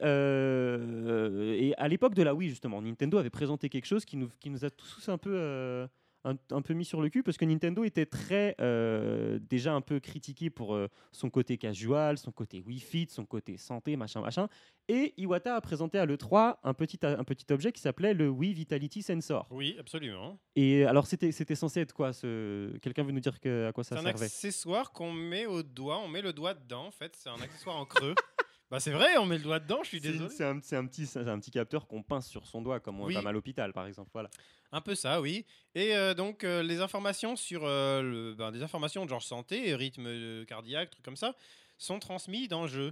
euh, et à l'époque de la Wii, justement, Nintendo avait présenté quelque chose qui nous, qui nous a tous un peu, euh, un, un peu mis sur le cul, parce que Nintendo était très, euh, déjà un peu critiqué pour euh, son côté casual, son côté Wii Fit, son côté santé, machin, machin. Et Iwata a présenté à l'E trois un petit, un petit objet qui s'appelait le Wii Vitality Sensor.
Oui, absolument.
Et alors, c'était c'était censé être quoi ce... Quelqu'un veut nous dire que, à quoi ça
C'est un
servait?
accessoire qu'on met au doigt. On met le doigt dedans, en fait. C'est un accessoire en creux. Bah, c'est vrai, on met le doigt dedans, je suis
C'est-
désolé.
C'est un, c'est un petit, c'est un petit capteur qu'on pince sur son doigt, comme on
Oui.
est pas mal à l'hôpital, par exemple. Voilà.
Un peu ça, oui. Et euh, donc, euh, les informations sur euh, le, ben, des informations de genre santé, rythme euh, cardiaque, trucs comme ça, sont transmises dans le jeu.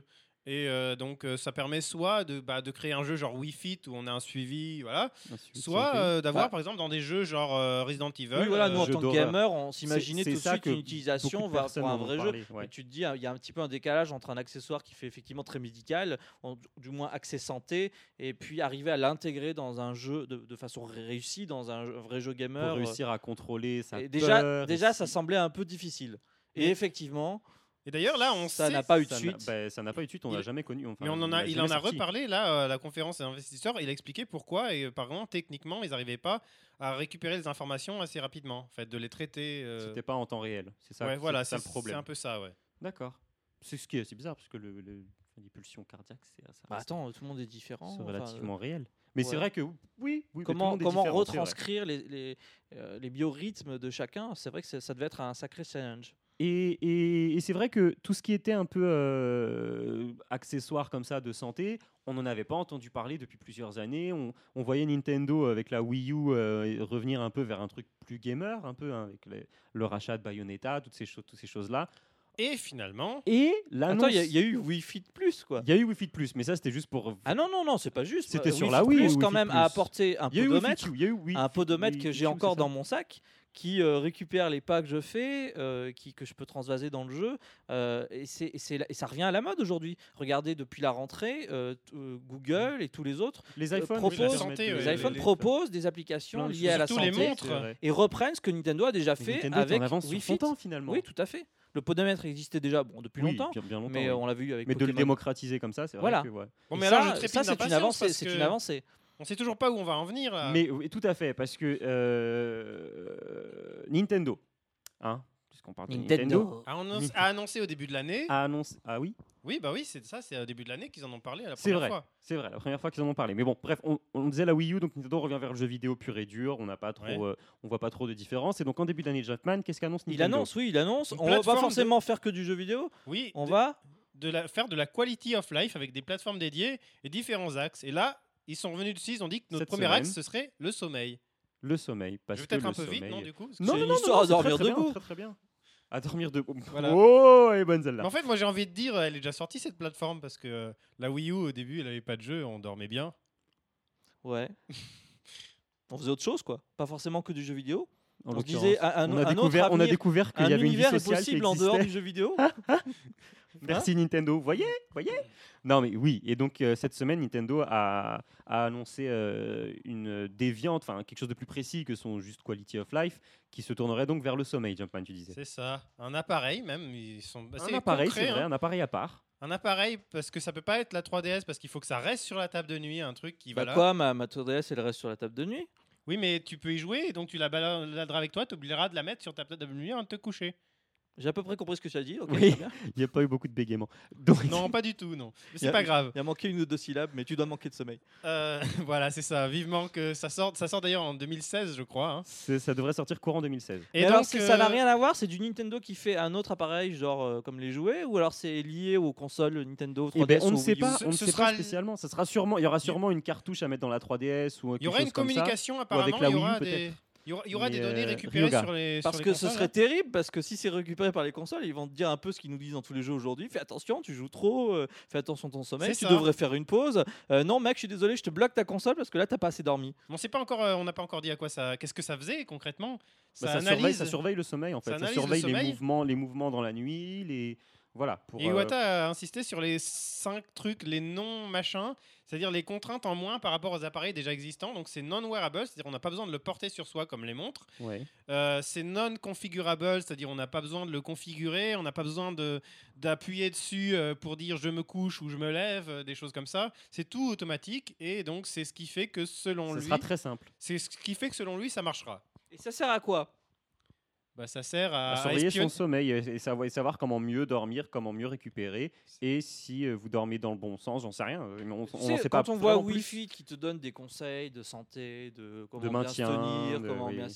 Et euh, donc, euh, ça permet soit de, bah, de créer un jeu genre Wii Fit où on a un suivi, voilà,
Ensuite,
soit
santé.
euh, d'avoir
Bah.
par exemple dans des jeux genre euh, Resident Evil.
Oui, voilà, nous en
euh,
jeux
tant que
d'horreur.
gamer, on s'imaginait
C'est-
tout
c'est
de
ça
suite
que
une utilisation
beaucoup de
va-
personnes
pour un
en ont
vrai
parlé,
jeu.
ouais.
Et tu te dis, il y a un petit peu un décalage entre un accessoire qui fait effectivement très médical, en- du moins accès santé, et puis arriver à l'intégrer dans un jeu de, de façon réussie, dans un, jeu- un vrai jeu gamer.
Pour réussir à contrôler sa
Et déjà,
peur.
déjà
et
ça
si-
semblait un peu difficile. Et
Mais-
effectivement,
Et d'ailleurs, là, on
ça
sait.
n'a pas eu de
ça n'a
suite.
bah, ça n'a pas eu de suite, on
Il-
l'a jamais connu. Enfin,
Mais on en a,
l'a
il
jamais
en a
sorti.
reparlé là à la conférence des investisseurs. Il a expliqué pourquoi et euh, par contre techniquement ils n'arrivaient pas à récupérer les informations assez rapidement, en fait, de les traiter. euh,
C'était pas en temps réel. C'est ça,
ouais,
c'est
voilà,
ça
c'est
le problème.
C'est un peu ça, ouais.
D'accord. C'est ce qui est assez bizarre parce que le, le- les pulsions cardiaques, c'est ça
Bah
reste-
attends, tout le monde est différent.
c'est
enfin,
relativement réel. Mais
ouais.
c'est vrai que oui, oui. mais tout le
Comment,
monde est
comment
différent, c'est vrai.
retranscrire les, les, euh, les biorhythmes de chacun? C'est vrai que c'est- ça devait être un sacré challenge.
Et, et- et c'est vrai que tout ce qui était un peu euh, accessoire comme ça de santé, on n'en avait pas entendu parler depuis plusieurs années. On, on voyait Nintendo avec la Wii U euh, revenir un peu vers un truc plus gamer, un peu hein, avec les- le rachat de Bayonetta, toutes ces, choses, toutes ces choses-là.
Et finalement,
Et
Attends,
l'annonce...
il y, a- il y a eu Wii Fit Plus, quoi.
Il y a eu Wi Fi Plus, mais ça c'était juste pour...
Ah non, non, non, c'est pas juste.
C'était
Euh,
sur
Wii
la
Fit
Wii,
Plus,
Wii
quand
Fit
même,
Plus.
a apporté un
Il y a eu Wi Fi
podomètre.
Q, il y a eu Wi-
Un podomètre
Wi-
que j'ai
Wi-
encore
c'est
dans
ça.
mon sac, qui euh, récupère les pas que je fais, euh, qui, que je peux transvaser dans le jeu. euh, et, c'est, et, c'est la- et ça revient à la mode aujourd'hui. Regardez, depuis la rentrée, euh, t- euh, Google et tous les autres
Les
euh,
iPhones,
proposent-
oui,
la
permettent
santé,
de-
ouais,
les
les-
iPhones
les-
proposent des applications
plein de
liées à la
Surtout les
santé
montres.
C'est vrai.
et reprennent ce que Nintendo a déjà
Mais
fait
Nintendo est
avec
en avance
Wii
sur son
Fit.
temps finalement.
Oui, tout à fait. Le podomètre existait déjà bon, depuis
Oui,
longtemps,
bien, bien longtemps,
mais
oui.
euh, on l'a vu avec
Mais de le
Pokémon.
démocratiser comme ça, c'est
Voilà.
vrai que... ouais.
bon,
Et
mais
ça,
alors je trépide
ça, c'est une
d'impatience
avancée.
parce
C'est
que
une avancée.
on sait toujours pas où on va en venir là.
Mais oui, tout à fait, parce que euh, Nintendo, hein, puisqu'on parle de Nintendo,
a annoncé, a annoncé au début de l'année.
a annoncé... Ah oui,
Oui, bah oui, c'est ça, c'est au début de l'année qu'ils en ont parlé à la
c'est
première
vrai,
fois.
c'est vrai, la première fois qu'ils en ont parlé. Mais bon, bref, on, on disait la Wii U, donc Nintendo revient vers le jeu vidéo pur et dur, on n'a pas trop,
Ouais.
euh, on voit pas trop de différence. Et donc en début d'année, Jumpman, qu'est-ce qu'annonce
Il
Nintendo?
annonce, oui, il annonce.
Une
On va pas
plateforme
forcément faire que du jeu vidéo.
Oui,
On
de,
va.
de la, faire de la quality of life avec des plateformes dédiées et différents axes. Et là, ils sont revenus dessus, ils ont dit que notre
Cette
premier
semaine.
axe, ce serait le sommeil.
Le sommeil, parce
Je vais
que
peut-être
le
un peu
sommeil...
vite, non, du coup parce que
Non,
C'est
non,
une
non,
histoire
non,
à
c'est très,
dormir
très bien,
debout.
très très bien. À dormir debout.
Voilà.
Oh, elle est bonne celle-là.
Mais en fait, moi j'ai envie de dire, elle est déjà sortie cette plateforme parce que euh, la Wii U au début, elle avait pas de jeu, on dormait bien.
Ouais. On faisait autre chose, quoi. Pas forcément que du jeu vidéo.
En
On se
l'occurrence.
disait, un- un-
on, a
un autre
découvert, on a
avenir-
découvert qu'il
Un
y avait une vie
univers est
sociale qui
possible en dehors
existait.
du jeu vidéo.
Merci Nintendo. Voyez, voyez. Non mais oui. Et donc euh, cette semaine, Nintendo a, a annoncé euh, une déviante, enfin quelque chose de plus précis que son juste quality of life, qui se tournerait donc vers le sommeil. Jumpman, tu disais.
C'est ça. Un appareil même. Ils sont assez
Un appareil,
concrets,
c'est vrai,
hein.
un appareil à part.
Un appareil parce que ça peut pas être la trois D S parce qu'il faut que ça reste sur la table de nuit, un truc qui
Bah
va là.
quoi, ma, ma trois D S, elle reste sur la table de nuit.
Oui, mais tu peux y jouer et donc tu la baladeras avec toi, tu oublieras de la mettre sur ta table de nuit avant de te coucher.
J'ai à peu près compris ce que tu as dit. Ok,
Oui.
très bien.
Il n'y a pas eu beaucoup de bégaiement. Donc,
Non, pas du tout, non. Mais
Y
c'est
a-
pas grave.
Il y a manqué une ou deux syllabes, mais tu dois manquer de sommeil.
Euh, voilà, c'est ça. Vivement que ça sorte. Ça sort d'ailleurs en deux mille seize, je crois. hein.
c'est- ça devrait sortir courant deux mille seize.
Et
Et
donc,
alors, c'est- ça n'a
euh,
rien à voir. C'est du Nintendo qui fait un autre appareil, genre euh, comme les jouets, ou alors c'est lié aux consoles Nintendo
Eh
trois D S
ben, on ne
ou
sait
Wii U.
pas,
Ce-
on ne
ce
sait
sera
pas
l-
spécialement. Ça sera sûrement, il y aura sûrement une cartouche à mettre dans la trois D S ou
Il y
quelque
aura une
chose comme ça.
communication apparemment.
avec la
il y
Wii U,
aura
peut-être.
des. Il y aura, il y aura des
Mais,
données
euh,
récupérées
Ryoga.
sur les.
Parce
sur
que
les
ce
consoles,
serait
hein.
terrible, parce que si c'est récupéré par les consoles, ils vont te dire un peu ce qu'ils nous disent dans tous les jeux aujourd'hui. Fais attention, tu joues trop, euh, fais attention à ton sommeil,
C'est
tu
ça.
devrais faire une pause. Euh, non, mec, je suis désolé, je te bloque ta console parce que là, t'as pas assez dormi.
On sait pas encore. euh, on n'a pas encore dit à quoi ça. Qu'est-ce que ça faisait concrètement.
Bah,
Ça,
ça,
analyse.
surveille, ça surveille le sommeil en fait.
ça
Ça,
analyse le
surveille les
sommeil.
mouvements, les mouvements dans la nuit, les voilà. Pour,
Et
euh,
Iwata a insisté sur les cinq trucs, les non-machins, c'est-à-dire les contraintes en moins par rapport aux appareils déjà existants. Donc c'est non-wearable, c'est-à-dire on n'a pas besoin de le porter sur soi comme les montres.
ouais.
Euh, c'est non-configurable, c'est-à-dire on n'a pas besoin de le configurer, on n'a pas besoin de, d'appuyer dessus euh, pour dire je me couche ou je me lève, euh, des choses comme ça. C'est tout automatique et donc c'est ce qui fait que selon
Ça
lui,
sera très simple.
c'est ce qui fait que selon lui ça marchera.
Et ça sert à quoi?
Bah, ça sert à,
À
à
surveiller
espionner-
son sommeil et, et savoir, et savoir comment mieux dormir, comment mieux récupérer et si euh, vous dormez dans le bon sens, j'en sais rien. euh, mais on,
Tu
on
sais,
en sait pas
quand on voit
vraiment plus.
Wi-Fi qui te donne des conseils de santé, de comment
De
bien
maintien,
se tenir,
de-
comment
oui,
bien
oui.
si.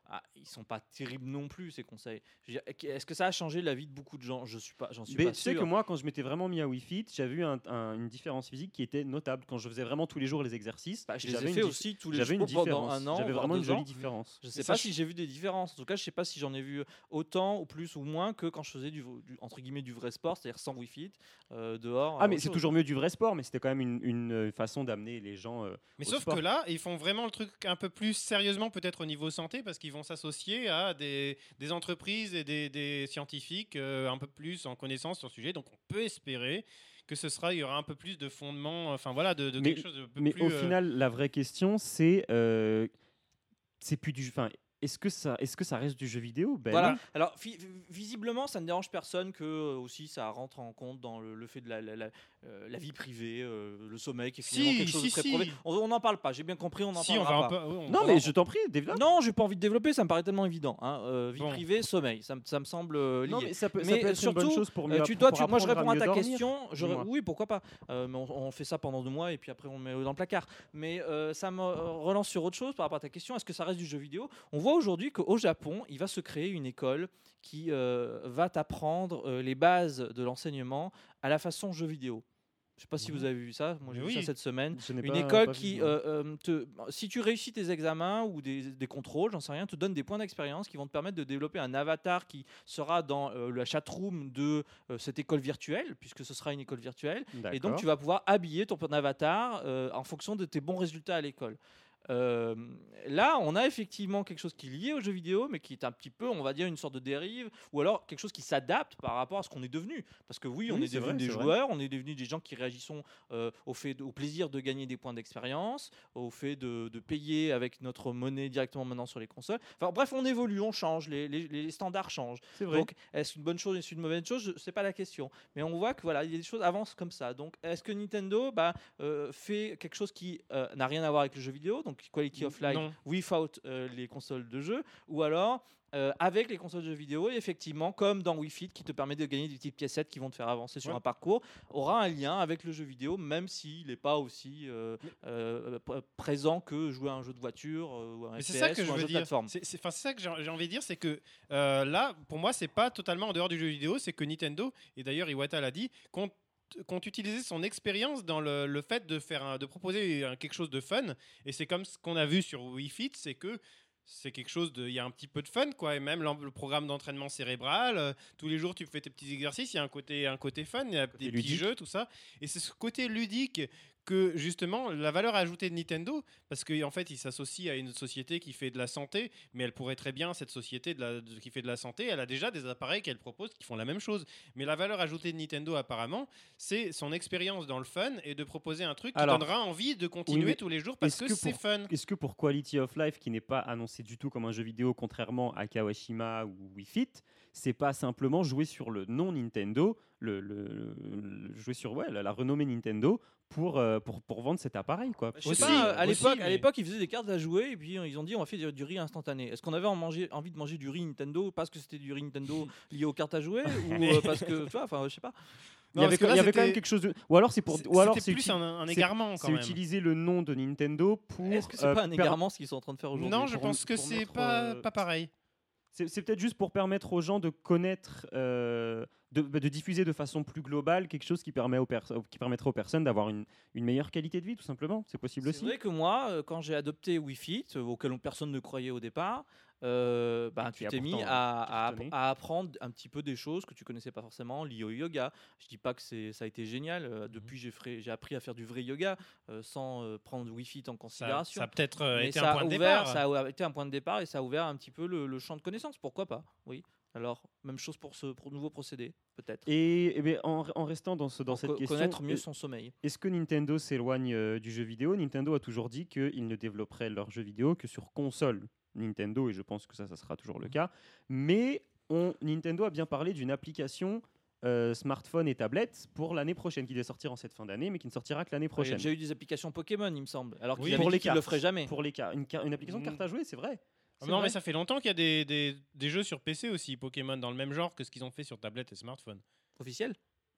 ah, ils sont pas terribles non plus ces conseils. Je veux dire, est-ce que ça a changé la vie de beaucoup de gens? Je suis pas, j'en suis
Mais
pas
tu sais
sûr.
que moi, quand je m'étais vraiment mis à Wii Fit, j'avais eu un- un- une différence physique qui était notable. Quand je faisais vraiment tous les jours les exercices,
Bah, je les
j'avais
ai fait
une dif-
aussi tous les
j'avais une
jours pendant
différence.
un an,
J'avais
voire
vraiment une
deux
jolie
ans.
différence.
Je sais
Mais
pas
ça,
si j'ai vu des différences. En tout cas, je sais pas si j'en ai vu autant ou plus ou moins que quand je faisais du, du- entre guillemets du vrai sport, c'est-à-dire sans Wii Fit euh, dehors.
Ah,
euh,
mais
autre
c'est
chose.
toujours mieux du vrai sport, mais c'était quand même une, une, euh, façon d'amener les gens. euh,
Mais
au
sauf
sport.
que là, ils font vraiment le truc un peu plus sérieusement, peut-être au niveau santé, parce qu'ils vont s'associer à des, des entreprises et des, des scientifiques euh, un peu plus en connaissance sur le sujet. Donc on peut espérer que ce sera, il y aura un peu plus de fondement, enfin voilà, de, de
Mais-
quelque chose de peu
Mais
plus.
au
euh,
final, la vraie question, c'est euh, c'est plus du. Enfin, est-ce que ça, est-ce que ça reste du jeu vidéo? Ben
Voilà.
non.
Alors fi- visiblement, ça ne dérange personne que euh, aussi ça rentre en compte dans le, le fait de la, la, la, euh, la vie privée, euh, le sommeil, qui est finalement
Si,
quelque chose
si,
de très
si.
privé. On n'en parle pas. J'ai bien compris, on n'en
si on
parlera
va un
pas.
peu. ouais, on
Non,
va-
mais je t'en prie, développe.
Non, j'ai pas envie de développer. Ça me paraît tellement évident. Hein. Euh, vie
Bon.
privée, sommeil. Ça, me- ça me semble euh, lié.
Non, mais ça peut, ça
Mais
peut être
surtout,
une bonne chose pour mieux.
Euh, tu
pour
dois, tu- moi je
apprendre
réponds à,
mieux
ta
dormir.
question. j'aurais-
Dis-moi.
Oui, pourquoi pas. Euh, mais on, on fait ça pendant deux mois et puis après on le met dans le placard. Mais euh, ça me euh, relance sur autre chose par rapport à ta question. Est-ce que ça reste du jeu vidéo? On voit aujourd'hui qu'au Japon, il va se créer une école qui euh, va t'apprendre euh, les bases de l'enseignement à la façon jeu vidéo. Je sais pas si
Mhm.
vous avez vu ça. Moi j'ai
Mais
vu ça
oui.
cette semaine.
Je n'ai
Une
pas-
école
pas
qui,
vu, non.
euh, euh, te, si tu réussis tes examens ou des, des contrôles, j'en sais rien, te donne des points d'expérience qui vont te permettre de développer un avatar qui sera dans euh, la chatroom de euh, cette école virtuelle, puisque ce sera une école virtuelle. Et donc
D'accord.
tu vas pouvoir habiller ton avatar euh, en fonction de tes bons résultats à l'école. Euh, là, on a effectivement quelque chose qui est lié aux jeux vidéo, mais qui est un petit peu, on va dire, une sorte de dérive, ou alors quelque chose qui s'adapte par rapport à ce qu'on est devenu. Parce que oui, on
Oui,
est
c'est
devenu
vrai,
des
c'est vrai.
joueurs, on est devenu des gens qui réagissent euh, au, fait de- au plaisir de gagner des points d'expérience, au fait de, de payer avec notre monnaie directement maintenant sur les consoles. Enfin bref, on évolue, on change, les, les- les standards changent.
C'est vrai.
Donc, est-ce une bonne chose, est-ce une mauvaise chose? C'est pas la question. Mais on voit que voilà, il y a des choses avancent comme ça. Donc, est-ce que Nintendo bah, euh, fait quelque chose qui euh, n'a rien à voir avec le jeu vidéo, donc quality of life,
Non.
without euh, les consoles de jeu, ou alors euh, avec les consoles de jeux vidéo, et effectivement, comme dans Wii Fit, qui te permet de gagner des petites piécettes qui vont te faire avancer sur
Ouais.
un parcours, aura un lien avec le jeu vidéo, même s'il n'est pas aussi euh, euh, p- présent que jouer à un jeu de voiture euh, ou un
Mais
F P S
c'est ça que
ou
je
un
veux
jeu de
dire.
plateforme.
C'est c'est- enfin, c'est ça que j'ai j'ai envie de dire, c'est que euh, là, pour moi, c'est pas totalement en dehors du jeu vidéo, c'est que Nintendo, et d'ailleurs Iwata l'a dit, compte compte utiliser son expérience dans le, le fait de faire un- de proposer un- quelque chose de fun, et c'est comme ce qu'on a vu sur Wii Fit, c'est que c'est quelque chose de, il y a un petit peu de fun quoi, et même l'en- le programme d'entraînement cérébral, euh, tous les jours tu fais tes petits exercices, il y a un côté un côté fun, il y a des petits
ludique.
jeux tout ça, et c'est ce côté ludique que justement la valeur ajoutée de Nintendo, parce qu'en en fait il s'associe à une société qui fait de la santé, mais elle pourrait très bien, cette société de la- de- qui fait de la santé, elle a déjà des appareils qu'elle propose qui font la même chose, mais la valeur ajoutée de Nintendo apparemment c'est son expérience dans le fun et de proposer un truc qui
Alors,
donnera envie de continuer
mais
tous les jours parce
est-ce
que,
que
c'est
pour-
fun.
Est-ce que pour Quality of Life, qui n'est pas annoncé du tout comme un jeu vidéo, contrairement à Kawashima ou Wii Fit, c'est pas simplement jouer sur le nom Nintendo, le, le- le- jouer sur ouais, la, la renommée Nintendo pour, euh, pour, pour vendre cet appareil quoi.
Je sais
Aussi,
pas, à
aussi,
l'époque,
mais-
à l'époque, ils faisaient des cartes à jouer et puis euh, ils ont dit on va faire du, du riz instantané. Est-ce qu'on avait en manger- envie de manger du riz Nintendo parce que c'était du riz Nintendo lié aux cartes à jouer ou euh, parce que tu vois, enfin je sais pas.
Il y avait,
parce que là,
il y avait quand
c'était-
même quelque chose de... Ou alors c'est pour...
C'est-
Ou alors
c'était
c'est
plus
uti-
un, un
c'est-
égarement quand
c'est
même.
utiliser le nom de Nintendo pour...
Est-ce que c'est
euh,
pas un
per-
égarement ce qu'ils sont en train de faire aujourd'hui?
Non, je
pour-
pense que
pour
c'est
mettre,
pas,
euh,
pas pareil.
C'est c'est peut-être juste pour permettre aux gens de connaître, euh, de, bah, de diffuser de façon plus globale quelque chose qui, permet aux pers- qui permettrait aux personnes d'avoir une, une meilleure qualité de vie, tout simplement. C'est possible
C'est
aussi.
vrai que moi, euh, quand j'ai adopté Wii Fit, euh, auquel on- personne ne croyait au départ, euh, bah,
Qui
tu
a
t'es mis
pourtant
à, à app-
cartonné.
à apprendre un petit peu des choses que tu connaissais pas forcément liées au yoga. Je dis pas que c'est, ça a été génial. euh,
Mhm.
Depuis, j'ai, frais- j'ai appris à faire du vrai yoga euh, sans euh, prendre Wii Fit en
Ça,
considération.
ça a peut-être euh,
Mais
été
ça
un point
a
de
ouvert,
départ.
ça a été un point de départ et ça a ouvert un petit peu le, le champ de connaissances. Pourquoi pas? Oui. Alors, même chose pour ce pro- nouveau procédé, peut-être.
Et, eh bien, en, en restant dans, ce, dans
Pour
cette
co-
question,
connaître mieux
est-
son sommeil.
est-ce que Nintendo s'éloigne euh, du jeu vidéo? Nintendo a toujours dit qu'ils ne développeraient leurs jeux vidéo que sur console Nintendo, et je pense que ça, ça sera toujours le cas. Mais on, Nintendo a bien parlé d'une application euh, smartphone et tablette pour l'année prochaine, qui devait sortir en cette fin d'année, mais qui ne sortira que l'année
Il y a
prochaine.
déjà eu des applications Pokémon, il me semble. Alors
Oui,
qu'ils avaient
pour
dit
les
qu'ils le
cartes.
feraient jamais.
Pour les ca- une, ca- une application de
Mm.
carte à jouer, c'est vrai.
Ah
C'est
non,
vrai.
mais ça fait longtemps qu'il y a des, des, des jeux sur P C aussi, Pokémon, dans le même genre que ce qu'ils ont fait sur tablette et smartphone.
Officiel?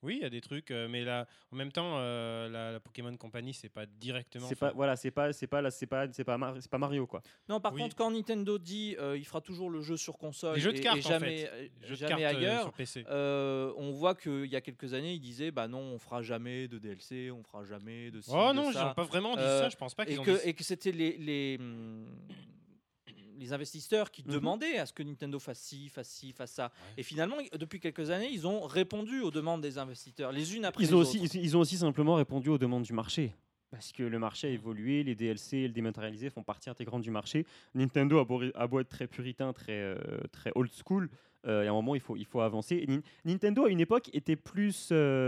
Oui, il y a des trucs, euh, mais là, en même temps, euh, la, la Pokémon Company, c'est pas directement.
C'est
enfin,
pas, voilà, c'est pas, c'est pas, là, c'est pas, c'est pas, Mar- c'est pas Mario quoi.
Non, par
Oui.
contre, quand Nintendo dit euh, il fera toujours le jeu sur console
Les jeux de
et,
cartes,
et
en
jamais,
fait.
euh,
Les jeux de
jamais
cartes, euh,
ailleurs,
sur P C.
euh, on voit qu'il y a quelques années, ils disaient bah non, on fera jamais de D L C, on fera jamais de ci,
Oh
de
non, ils
ça.
n'ont pas vraiment dit
Euh,
ça. Je pense pas qu'ils
et
ont
que,
dit.
et que c'était les, les, hum, les investisseurs qui
Mhm.
demandaient à ce que Nintendo fasse ci, fasse ci, fasse ça.
Ouais.
Et finalement, depuis quelques années, ils ont répondu aux demandes des investisseurs, les unes après
Ils
les
ont
autres.
aussi, ils, ils ont aussi simplement répondu aux demandes du marché. Parce que le marché a évolué, les D L C et le dématérialisé font partie intégrante du marché. Nintendo a beau, a beau être très puritain, très, euh, très old school, euh, et à un moment il faut, il faut avancer. Et Nin- Nintendo à une époque était plus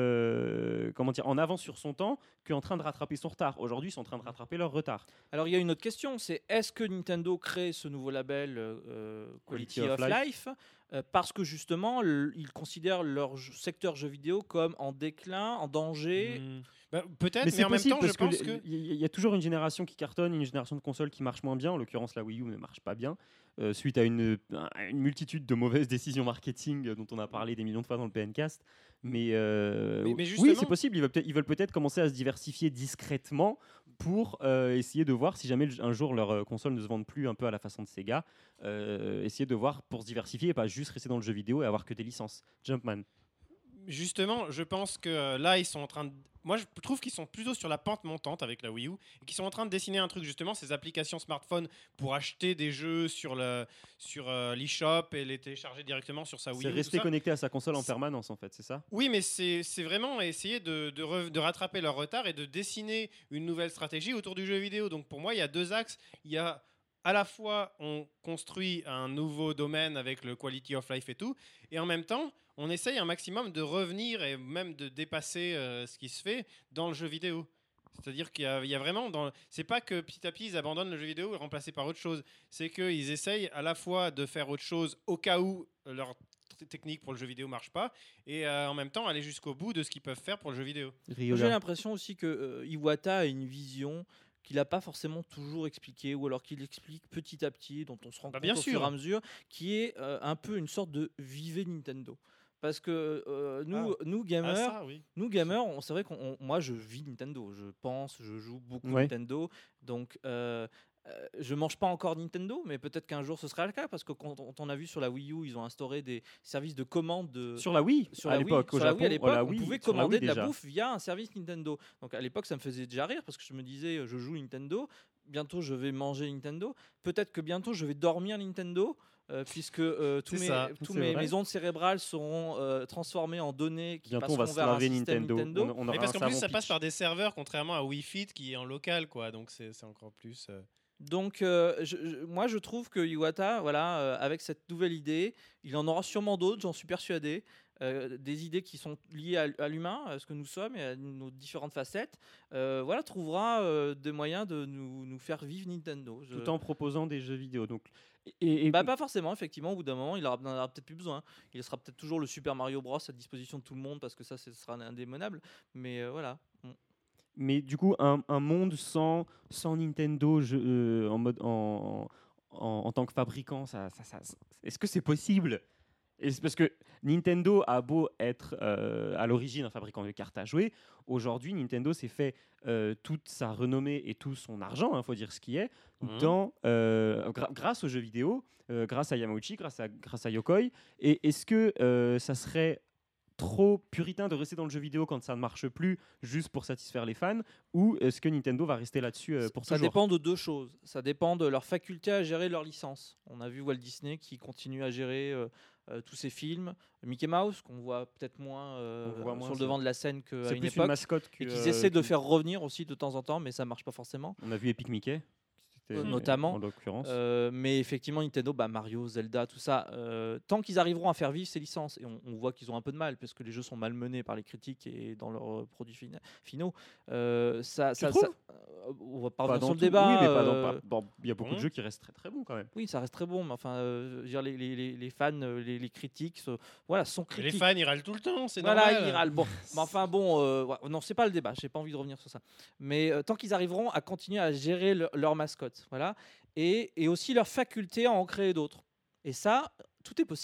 euh, comment dire, en avance sur son temps qu'en train de rattraper son retard. Aujourd'hui ils sont en train de rattraper leur retard.
Alors il y a une autre question, c'est est-ce que Nintendo crée ce nouveau label euh, Quality, of, Life, euh, parce que justement l- ils considèrent leur jeu- secteur jeux vidéo comme en déclin, en danger.
Hmm. Bah, peut-être,
Mais
mais,
c'est
en même
possible
temps,
parce
je
que
pense
le-
que.
il y, y a toujours une génération qui cartonne, une génération de consoles qui marche moins bien. En l'occurrence, la Wii U ne marche pas bien euh, suite à une, à une multitude de mauvaises décisions marketing euh, dont on a parlé des millions de fois dans le P N Cast. Mais, euh,
Mais- mais
oui,
justement-
c'est possible. Ils veulent peut-être, ils veulent peut-être commencer à se diversifier discrètement pour euh, essayer de voir si jamais le- un jour leur euh, console ne se vende plus un peu à la façon de Sega. euh, essayer de voir pour se diversifier et pas juste rester dans le jeu vidéo et avoir que des licences. Jumpman.
Justement, je pense que euh, là, ils sont en train de. Moi, je trouve qu'ils sont plutôt sur la pente montante avec la Wii U et qu'ils sont en train de dessiner un truc, justement, ces applications smartphone pour acheter des jeux sur le sur euh, l'eShop et les télécharger directement sur sa Wii U.
C'est
tout
rester
ça.
connecté à sa console en
C'est-
permanence, en fait, c'est ça?
Oui, mais c'est c'est vraiment essayer de, de, re- de rattraper leur retard et de dessiner une nouvelle stratégie autour du jeu vidéo. Donc pour moi, il y a deux axes. Il y a à la fois, on construit un nouveau domaine avec le quality of life et tout, et en même temps, on essaye un maximum de revenir et même de dépasser euh, ce qui se fait dans le jeu vidéo. C'est-à-dire qu'il y a, il y a vraiment dans. C'est pas que petit à petit ils abandonnent le jeu vidéo et remplacé par autre chose. C'est qu'ils essayent à la fois de faire autre chose au cas où leur t- technique pour le jeu vidéo marche pas, et euh, en même temps aller jusqu'au bout de ce qu'ils peuvent faire pour le jeu vidéo.
J'ai l'impression aussi que euh, Iwata a une vision qu'il n'a pas forcément toujours expliquée, ou alors qu'il explique petit à petit, dont on se rend
Bah,
compte
bien
au
sûr.
fur et à mesure, qui est euh, un peu une sorte de vive Nintendo. Parce que euh, nous, nous gamers,
Ah, ça, oui.
nous gamers, on- c'est vrai qu'on, on- moi je vis Nintendo, je pense, je joue beaucoup
Ouais.
Nintendo, donc euh, euh, je mange pas encore Nintendo, mais peut-être qu'un jour ce sera le cas, parce que quand on, on a vu sur la Wii U, ils ont instauré des services de commande de,
Sur la Wii,
sur
à
la Wii,
l'époque, au
sur la
Japon,
Wii, à
oh,
l'époque,
la
on
Wii,
pouvait
sur la
commander
Wii
de la
déjà.
bouffe via un service Nintendo. Donc à l'époque, ça me faisait déjà rire parce que je me disais, euh, je joue Nintendo, bientôt je vais manger Nintendo, peut-être que bientôt je vais dormir Nintendo. euh, puisque euh, tous,
C'est
mes,
ça,
tous
c'est
mes,
vrai.
mes ondes cérébrales seront euh, transformées en données qui
Bientôt, on va
passeront
se
vers un
laver
système
Nintendo.
Nintendo.
On, on aura
Mais parce
un
qu'en plus,
savon
ça passe
pitch.
par des serveurs, contrairement à Wii Fit qui est en local, quoi. Donc c'est c'est encore plus. euh,
Donc, euh, je- je- moi, je trouve que Iwata, voilà, euh, avec cette nouvelle idée, il en aura sûrement d'autres, j'en suis persuadé. euh, des idées qui sont liées à, à l'humain, à ce que nous sommes et à nos différentes facettes. euh, voilà, trouvera euh, des moyens de nous, nous faire vivre Nintendo. Je-
Tout en proposant des jeux vidéo. Donc, et, et-
Bah, pas forcément, effectivement, au bout d'un moment, il aura, n'en aura peut-être plus besoin. Il sera peut-être toujours le Super Mario Bros à disposition de tout le monde parce que ça, ce sera indémodable. Mais euh, voilà. Mm.
mais du coup, un, un monde sans, sans Nintendo je- euh, en, mode, en, en, en tant que fabricant, ça, ça, ça- ça- est-ce que c'est possible? Et c'est parce que Nintendo a beau être euh, à l'origine un fabricant de cartes à jouer, aujourd'hui Nintendo s'est fait euh, toute sa renommée et tout son argent, il faut dire ce qui est,
Mhm.
dans, euh, gra- grâce aux jeux vidéo, euh, grâce à Yamauchi, grâce à, grâce à Yokoi. Et est-ce que euh, ça serait trop puritain de rester dans le jeu vidéo quand ça ne marche plus juste pour satisfaire les fans, ou est-ce que Nintendo va rester là-dessus euh, pour
Ça
toujours?
dépend de deux choses. Ça dépend de leur faculté à gérer leur licence. On a vu Walt Disney qui continue à gérer euh, euh, tous ses films. Mickey Mouse, qu'on voit peut-être moins, euh,
On voit moins,
sur le
c'est
devant de la scène qu'à
C'est
une
plus une
époque.
mascotte que,
Et qu'ils
euh,
essaient de
qu'une-
faire revenir aussi de temps en temps, mais ça marche pas forcément.
On a vu Epic Mickey, c'était,
Euh, notamment.
en l'occurrence.
Euh, mais effectivement, Nintendo, bah, Mario, Zelda, tout ça, euh, tant qu'ils arriveront à faire vivre ces licences, et on, on voit qu'ils ont un peu de mal, parce que les jeux sont malmenés par les critiques et dans leurs euh, produits fina- finaux, euh, ça, ça,
trouves
ça- euh, on va pas
Pas
revenir
dans
sur le
tout-
débat.
Oui, mais pas dans-
euh,
pas- bon, il y a beaucoup
bon.
de jeux qui restent très très bons quand même.
Oui, ça reste très bon, mais enfin, euh, je veux dire, les, les- les- les fans, euh, les, les critiques, se- voilà, sont
Les
critiques.
fans, ils râlent tout le temps, c'est
Voilà,
normal.
ils râlent. Bon, mais enfin bon, euh, ouais, non, c'est pas le débat. J'ai pas envie de revenir sur ça. Mais euh, tant qu'ils arriveront à continuer à gérer le- leur mascotte, voilà, et, et aussi leur faculté à en créer d'autres. Et ça, tout est possible.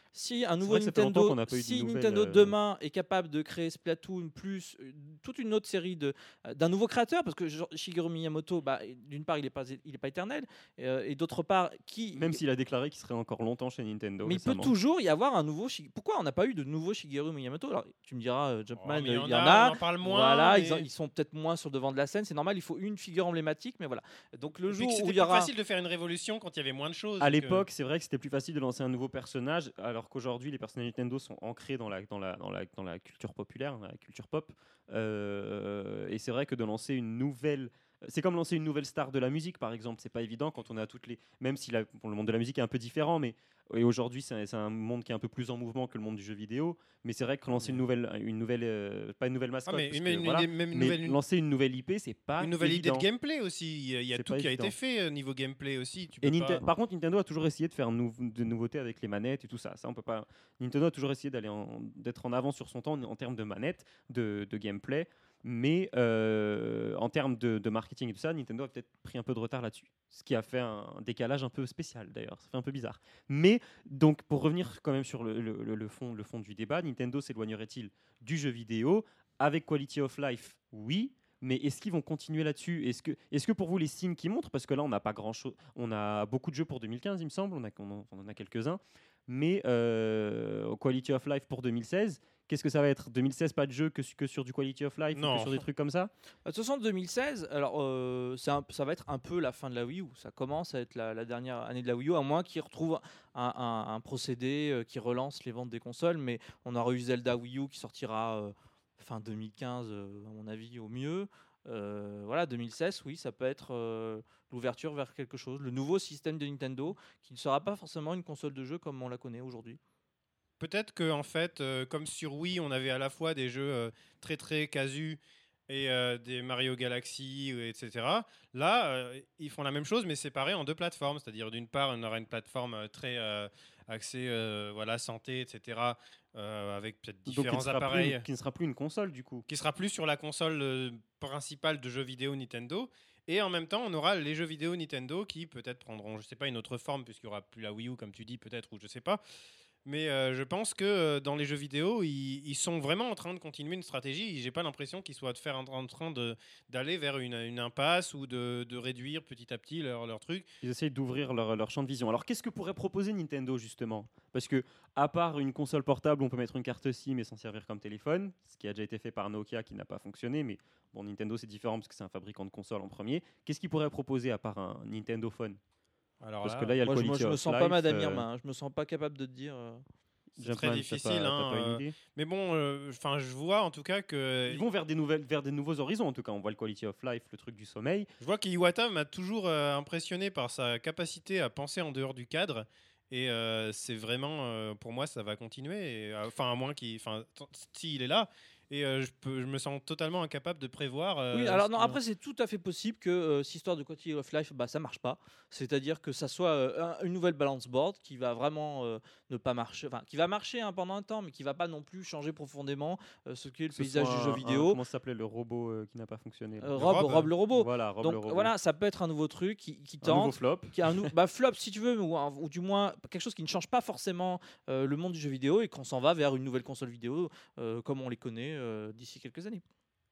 Si un nouveau
vrai que ça fait longtemps
Nintendo,
qu'on n'a pas eu de
si
nouvelles,
Nintendo
euh,
demain est capable de créer Splatoon plus euh, toute une autre série de euh, d'un nouveau créateur, parce que genre, Shigeru Miyamoto, bah, d'une part il est pas il est pas éternel, euh, et d'autre part qui
Même s'il a déclaré qu'il serait encore longtemps chez Nintendo.
mais il peut
récemment.
toujours y avoir un nouveau Shi- pourquoi on n'a pas eu de nouveau Shigeru Miyamoto? Alors tu me diras euh,
Oh,
Jumpman,
mais
euh,
il
il
y
y
en
en
a,
a,
on en parle moins,
voilà,
mais-
ils, en- ils sont peut-être moins sur le devant de la scène, c'est normal, il faut une figure emblématique, mais voilà. Donc le
Et puis
jour
que
où
c'était
il y
plus
aura
facile de faire une révolution quand il y avait moins de choses.
À
donc, euh,
l'époque, c'est vrai que c'était plus facile de lancer un nouveau personnage, alors qu'aujourd'hui, les personnages Nintendo sont ancrés dans la, dans la, dans la, dans la culture populaire, dans la culture pop. Euh, et c'est vrai que de lancer une nouvelle. C'est comme lancer une nouvelle star de la musique, par exemple. C'est pas évident quand on a toutes les. Même si la- bon, le monde de la musique est un peu différent, mais et aujourd'hui, c'est un, c'est un monde qui est un peu plus en mouvement que le monde du jeu vidéo. Mais c'est vrai que lancer une nouvelle, une nouvelle, euh, pas une nouvelle mascotte,
Ah, mais
parce
une-
que,
une-
voilà,
une- même une
mais
nouvelle- une-
lancer une nouvelle I P, c'est pas
une nouvelle idée
évident.
de gameplay aussi. Il y a, il y a
C'est
tout
pas
qui a
évident.
été fait euh, niveau gameplay aussi. Tu
Et
peux
Ninte-
pas-
Par contre, Nintendo a toujours essayé de faire nou- de nouveautés avec les manettes et tout ça. Ça, on peut pas. Nintendo a toujours essayé d'aller en- d'être en avant sur son temps en, en termes de manettes, de, de gameplay, mais euh, en termes de, de marketing et tout ça, Nintendo a peut-être pris un peu de retard là-dessus. Ce qui a fait un décalage un peu spécial d'ailleurs. Ça fait un peu bizarre. Mais donc, pour revenir quand même sur le, le- le- le fond, le fond du débat, Nintendo s'éloignerait-il du jeu vidéo avec Quality of Life? Oui. Mais est-ce qu'ils vont continuer là-dessus? Est-ce que, est-ce que pour vous, les signes qui montrent, parce que là, on n'a pas grand-chose, on a beaucoup de jeux pour deux mille quinze, il me semble, on, a, on en- on en a quelques-uns, mais euh, Quality of Life pour deux mille seize, qu'est-ce que ça va être? deux mille seize, pas de jeu que, su- que sur du Quality of Life, ou
Non.
que sur des trucs comme ça?
De toute façon, deux mille seize, alors euh, c'est un- ça va être un peu la fin de la Wii U. Ça commence à être la, la dernière année de la Wii U, à moins qu'ils retrouvent un, un- un procédé euh, qui relance les ventes des consoles. Mais on aura eu Zelda Wii U qui sortira euh, fin deux mille quinze, euh, à mon avis, au mieux. Euh, voilà, deux mille seize, oui, ça peut être euh, l'ouverture vers quelque chose, le nouveau système de Nintendo, qui ne sera pas forcément une console de jeu comme on la connaît aujourd'hui.
Peut-être que en fait, euh, comme sur Wii, on avait à la fois des jeux euh, très très casus et euh, des Mario Galaxy, euh, et cetera. Là, euh, ils font la même chose, mais séparés en deux plateformes. C'est-à-dire, d'une part, on aura une plateforme euh, très euh, axée euh, voilà, santé, et cetera, euh, avec peut-être
Donc, qui ne,
différents
sera plus
appareils,
une, qui ne sera plus une console, du coup.
qui sera plus sur la console euh, principale de jeux vidéo Nintendo. Et en même temps, on aura les jeux vidéo Nintendo qui peut-être prendront, je sais pas, une autre forme, puisqu'il n'y aura plus la Wii U, comme tu dis, peut-être, ou je sais pas. Mais euh, je pense que euh, dans les jeux vidéo, ils, ils sont vraiment en train de continuer une stratégie. J'ai pas l'impression qu'ils soient de faire en, en train de, d'aller vers une, une impasse ou de, de réduire petit à petit leur, leur truc.
Ils essayent d'ouvrir leur, leur champ de vision. Alors, qu'est-ce que pourrait proposer Nintendo, justement? Parce que, à part une console portable, on peut mettre une carte SIM et s'en servir comme téléphone, ce qui a déjà été fait par Nokia, qui n'a pas fonctionné. Mais bon, Nintendo, c'est différent parce que c'est un fabricant de consoles en premier. Qu'est-ce qu'ils pourraient proposer à part un Nintendo Phone?
Alors
Parce
là,
que là, il y a le
Moi, je, moi,
Quality
je me
of
sens
Life,
pas Madame
euh,
Irma, hein, je me sens pas capable de te dire. euh,
c'est
Jumpman,
très
t'as
difficile.
pas- t'as
hein,
pas une
euh,
idée?
mais bon, euh, enfin, je vois en tout cas que
Ils vont vers des, nouvelles, vers des nouveaux horizons, en tout cas. On voit le Quality of Life, le truc du sommeil.
je vois qu'Iwata m'a toujours euh, impressionné par sa capacité à penser en dehors du cadre. Et euh, c'est vraiment, euh, pour moi, ça va continuer. Et, euh, Enfin, à moins qu'il, enfin, t- s'il est là. Et euh, je, peux, je me sens totalement incapable de prévoir. euh,
Oui, alors
ce
non,
qu'il-
après c'est tout à fait possible que euh, cette histoire de Quality of Life, bah, ça marche pas. C'est-à-dire que ça soit euh, un- une nouvelle balance board qui va vraiment euh, ne pas marcher, enfin qui va marcher hein, pendant un temps, mais qui va pas non plus changer profondément euh, ce qu'est le
Que ce
paysage
soit
du
un-
jeu
un-
vidéo.
comment ça s'appelait le robot euh, qui n'a pas fonctionné là
Euh,
Le
Rob,
Rob,
Rob le robot.
Voilà, Rob
Donc
le robot.
voilà, ça peut être un nouveau truc qui, qui
un nouveau
tente.
flop.
Qui a un nou- bah, flop si tu veux, ou, un- ou du moins quelque chose qui ne change pas forcément euh, le monde du jeu vidéo et qu'on s'en va vers une nouvelle console vidéo euh, comme on les connaît euh, d'ici quelques années.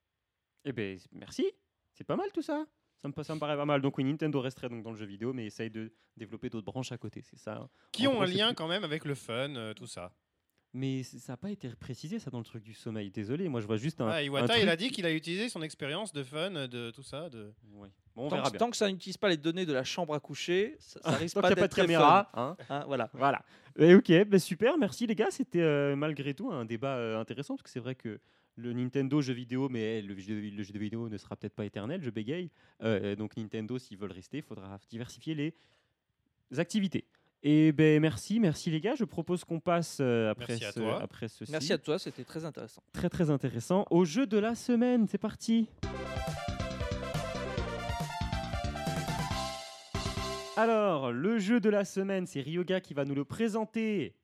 Eh ben merci, c'est pas mal tout ça. Ça me, pa- ça me paraît pas mal. Donc oui, Nintendo resterait donc dans le jeu vidéo, mais essaye de développer d'autres branches à côté, c'est ça. hein.
Qui
En
ont
gros,
un
c'est
lien
plus-
quand même avec le fun, euh, tout ça.
Mais c- ça n'a pas été précisé ça dans le truc du sommeil. Désolé, moi je vois juste un.
Ah, Iwata,
un
il
truc-
a dit qu'il a utilisé son expérience de fun, de tout ça. De...
Ouais. Bon, on
Tant
verra
que,
bien.
tant que ça n'utilise pas les données de la chambre à coucher, ça, ça risque
Tant
pas
qu'il n'y a pas
d'être
de
très
caméra, hein.
fun, hein, voilà.
Voilà. Et ok, ben super, merci les gars. C'était euh, malgré tout un débat euh, intéressant parce que c'est vrai que le Nintendo jeu vidéo, mais le jeu, le jeu vidéo ne sera peut-être pas éternel, je bégaye. Euh, donc Nintendo, s'ils veulent rester, il faudra diversifier les activités. Et ben merci, merci les gars. Je propose qu'on passe euh, après,
Merci à
ce,
toi.
après ceci.
Merci à toi, c'était très intéressant.
Très très intéressant. Au jeu de la semaine, c'est parti. Alors, le jeu de la semaine, c'est Ryoga qui va nous le présenter.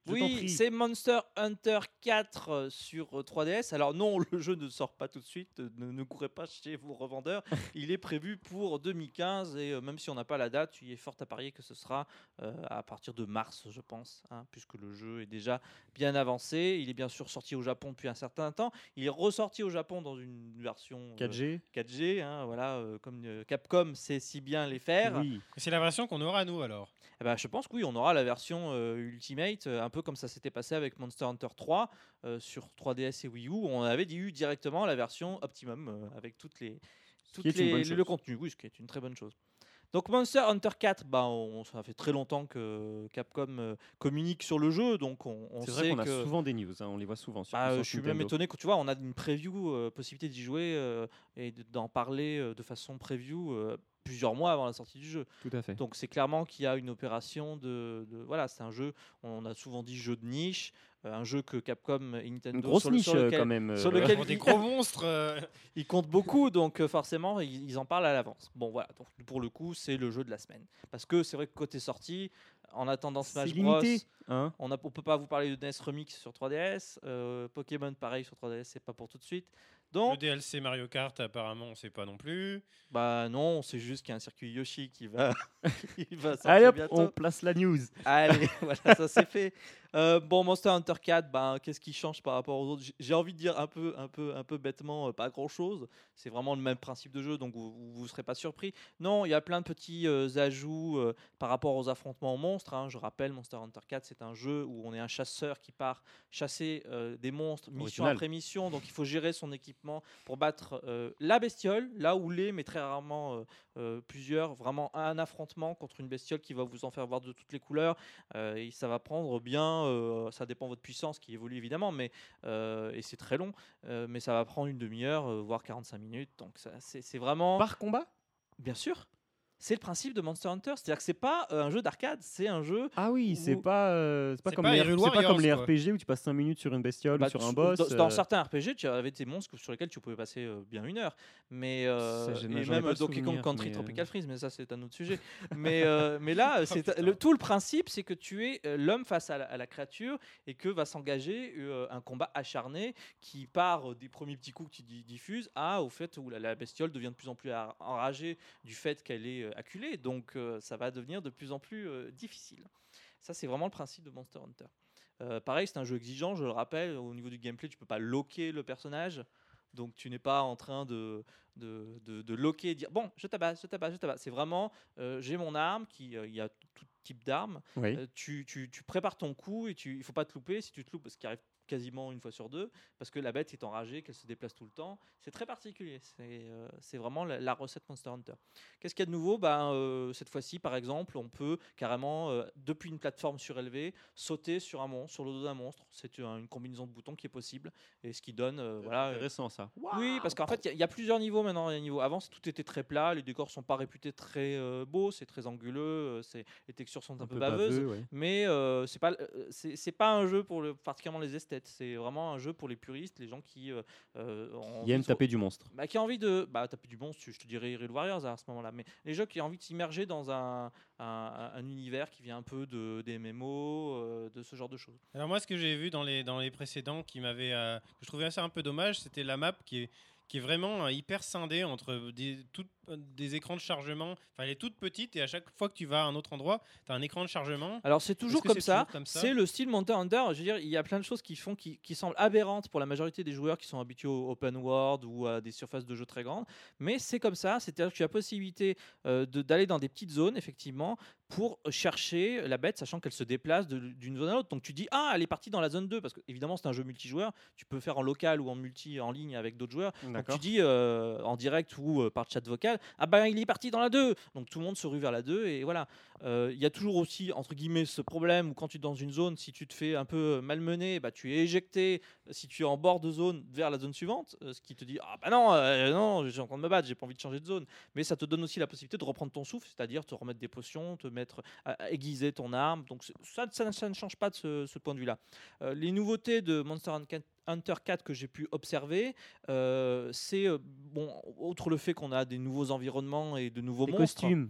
Je t'en
Oui,
prie.
c'est Monster Hunter quatre euh, sur euh, trois D S. Alors non, le jeu ne sort pas tout de suite, euh, ne, ne courez pas chez vos revendeurs. Il est prévu pour deux mille quinze et euh, même si on n'a pas la date, il est fort à parier que ce sera euh, à partir de mars, je pense, hein, puisque le jeu est déjà bien avancé. Il est bien sûr sorti au Japon depuis un certain temps. Il est ressorti au Japon dans une version euh,
quatre G.
quatre G, hein, voilà, euh, comme euh, Capcom sait si bien les faire.
Oui.
C'est la version qu'on aura nous alors.
Eh ben, je pense que oui, on aura la version euh, Ultimate, euh, un peu comme ça s'était passé avec Monster Hunter trois euh, sur trois D S et Wii U. Où on avait dit eu directement la version Optimum euh, avec toutes les,
Ce
toutes
qui est une
les-
bonne
le,
chose.
le contenu. Oui, ce qui est une très bonne chose. Donc Monster Hunter quatre, bah, on, ça fait très longtemps que Capcom euh, communique sur le jeu, donc on, on
C'est
sait
vrai qu'on a
que.
souvent des news, hein, on les voit souvent sur
Bah, euh,
Puissance
je suis même
Nintendo.
étonné que tu vois, on a une preview, euh, possibilité d'y jouer euh, et de- d'en parler euh, de façon preview euh, plusieurs mois avant la sortie du jeu.
Tout à fait.
Donc c'est clairement qu'il y a une opération de, de- voilà, c'est un jeu, on a souvent dit jeu de niche, euh, un jeu que Capcom et Nintendo
Une grosse
sur le-
niche
sur
euh,
lequel
quand même.
sur
euh,
lequel-
Pour des
il-
gros monstres. euh,
ils comptent beaucoup, donc euh, forcément ils, ils en parlent à l'avance. Bon voilà, donc pour le coup c'est le jeu de la semaine, parce que c'est vrai que côté sortie, en attendant
C'est
Smash Bros,
limité. Hein.
on ne peut pas vous parler de N E S Remix sur trois D S, euh, Pokémon pareil sur trois D S, c'est pas pour tout de suite.
Le
Donc
D L C Mario Kart, apparemment, on sait pas non plus.
bah non, c'est juste qu'il y a un circuit Yoshi qui va, qui va sortir
Allez hop,
bientôt.
on place la news.
Allez, voilà, ça c'est fait. Euh, bon, Monster Hunter quatre, ben, qu'est-ce qui change par rapport aux autres? J'ai- J'ai envie de dire un peu, un peu, un peu bêtement, euh, pas grand-chose. C'est vraiment le même principe de jeu, donc vous ne serez pas surpris. Non, il y a plein de petits euh, ajouts euh, par rapport aux affrontements monstres, hein. Je rappelle, Monster Hunter quatre, c'est un jeu où on est un chasseur qui part chasser euh, des monstres mission
Original.
après mission, donc il faut gérer son équipement pour battre euh, la bestiole, là où les, mais très rarement euh, euh, plusieurs, vraiment un affrontement contre une bestiole qui va vous en faire voir de toutes les couleurs. Euh, et ça va prendre bien, euh, ça dépend de votre puissance qui évolue évidemment, mais, euh, et c'est très long, euh, mais ça va prendre une demi-heure, euh, voire quarante-cinq minutes. Donc ça, c'est, c'est vraiment.
Par combat.
Bien sûr, c'est le principe de Monster Hunter, c'est-à-dire que c'est pas euh, un jeu d'arcade, c'est un jeu.
Ah oui, c'est
Ou-
pas, euh, c'est pas
C'est
comme
pas
les,
Hyrule
c'est pas
Warriors,
comme les
quoi.
R P G où tu passes cinq minutes sur une bestiole
Bah,
ou sur
tu-
un boss.
Dans, dans
euh,
certains R P G, tu avais des monstres sur lesquels tu pouvais passer euh, bien une heure. Mais euh,
Ça, je
et
n'en ai
même
pas le
Donkey Kong
souvenir,
Country
mais, euh,
Tropical Freeze, mais ça c'est un autre sujet. mais, euh, mais là, c'est
putain.
le, tout le principe, c'est que tu es euh, l'homme face à la, à la créature et que va s'engager euh, un combat acharné qui part euh, des premiers petits coups que tu di- diffuses à au fait où la, la bestiole devient de plus en plus ar- enragée du fait qu'elle est euh, acculée. Donc euh, ça va devenir de plus en plus euh, difficile. Ça, c'est vraiment le principe de Monster Hunter. Euh, pareil, c'est un jeu exigeant, je le rappelle. Au niveau du gameplay, tu peux pas loquer le personnage. Donc tu n'es pas en train de, de, de, de loquer et dire bon, je tabasse, je tabasse, je tabasse. C'est vraiment euh, j'ai mon arme, qui euh, il y a tout type d'arme.
Oui.
Euh, tu, tu, tu prépares ton coup et tu, il faut pas te louper. Si tu te loupes, ce qui arrive quasiment une fois sur deux, parce que la bête est enragée, qu'elle se déplace tout le temps. C'est très particulier. C'est euh, c'est vraiment la, la recette Monster Hunter. Qu'est-ce qu'il y a de nouveau? Ben, euh, cette fois-ci, par exemple, on peut carrément, euh, depuis une plateforme surélevée, sauter sur un monstre, sur le dos d'un monstre. C'est euh, une combinaison de boutons qui est possible, et ce qui donne, euh, voilà. euh,
Intéressant ça.
oui, parce qu'en fait, il y a- il y, a plusieurs niveaux maintenant. Il y a un niveau. Avant, c'est- tout était très plat, les décors sont pas réputés très euh, beaux, c'est très anguleux, euh, c'est les textures sont un, peu, baveuses.
baveux, ouais.
Mais euh, c'est pas euh, c'est c'est pas un jeu pour le, particulièrement les esthètes. C'est vraiment un jeu pour les puristes, les gens qui euh, euh, ont
Il
envie
aime
de-
taper du monstre.
bah, qui a envie de bah, taper du monstre, je te dirais Hyrule Warriors à ce moment-là, mais les jeux qui ont envie de s'immerger dans un, un, un univers qui vient un peu de, des M M O, euh, de ce genre de choses.
Alors moi, ce que j'ai vu dans les, dans les précédents qui m'avait, euh, que je trouvais assez un peu dommage, c'était la map qui est, qui est vraiment euh, hyper scindée entre des, toutes- euh, des écrans de chargement. Enfin, elle est toute petite et à chaque fois que tu vas à un autre endroit, tu as un écran de chargement.
Alors c'est toujours
que
comme
c'est
ça,
toujours comme ça
c'est le style Monster Hunter. Je veux dire, il y a plein de choses qui font qui, qui semblent aberrantes pour la majorité des joueurs qui sont habitués au open world ou à des surfaces de jeu très grandes, mais c'est comme ça, c'est-à-dire que tu as la possibilité euh, de- d'aller dans des petites zones effectivement pour chercher la bête, sachant qu'elle se déplace de- d'une zone à l'autre. Donc tu dis ah, elle est partie dans la zone deux parce que évidemment c'est un jeu multijoueur, tu peux faire en local ou en multi en ligne avec d'autres joueurs. Donc
D'accord.
tu dis euh, en direct ou euh, par chat vocal, ah ben il est parti dans la deux. Donc tout le monde se rue vers la deux et voilà. Euh, Il y a toujours aussi entre guillemets ce problème où quand tu es dans une zone, si tu te fais un peu malmener, bah, tu es éjecté si tu es en bord de zone vers la zone suivante, euh, ce qui te dit ah bah non, euh, non, je suis en train de me battre, j'ai pas envie de changer de zone. Mais ça te donne aussi la possibilité de reprendre ton souffle, c'est-à-dire te remettre des potions, te mettre à, à aiguiser ton arme. Donc c'est- ça, ça, ça ne change pas de ce, ce point de vue-là. Euh, les nouveautés de Monster Hunter quatre que j'ai pu observer, euh, c'est euh, bon, outre le fait qu'on a des nouveaux environnements et de nouveaux
Les
monstres.
costumes.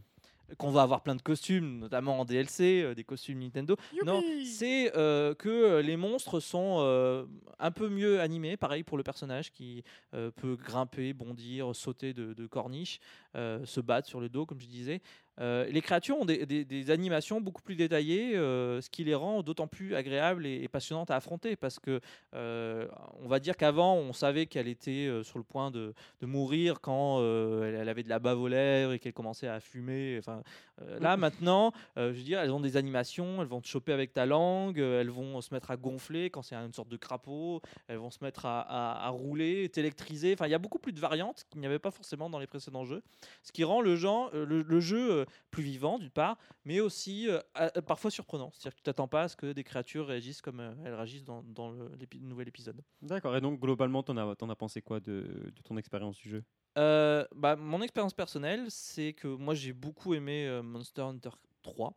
qu'on va avoir plein de costumes, notamment en D L C, euh, des costumes Nintendo. Non, c'est euh, que les monstres sont euh, un peu mieux animés, pareil pour le personnage qui euh, peut grimper, bondir, sauter de, de corniche, euh, se battre sur le dos, comme je disais. Euh, les créatures ont des, des- des animations beaucoup plus détaillées, euh, ce qui les rend d'autant plus agréables et, et passionnantes à affronter, parce que euh, on va dire qu'avant on savait qu'elle était euh, sur le point de, de mourir quand euh, elle, elle avait de la bave aux lèvres et qu'elle commençait à fumer. Enfin, euh, là maintenant, euh, je veux dire, elles ont des animations, elles vont te choper avec ta langue, euh, elles vont se mettre à gonfler quand c'est une sorte de crapaud, elles vont se mettre à, à- à rouler, t'électriser. Enfin, il y a beaucoup plus de variantes qu'il n'y avait pas forcément dans les précédents jeux, ce qui rend le, genre, euh, le, le jeu euh, plus vivant d'une part, mais aussi euh, à- parfois surprenant. C'est-à-dire que tu t'attends pas à ce que des créatures réagissent comme euh, elles réagissent dans, dans le l'épi- nouvel épisode.
D'accord. Et donc, globalement, t'en as, t'en as pensé quoi de, de ton expérience du jeu?
Euh, bah, mon expérience personnelle, c'est que moi j'ai beaucoup aimé euh, Monster Hunter trois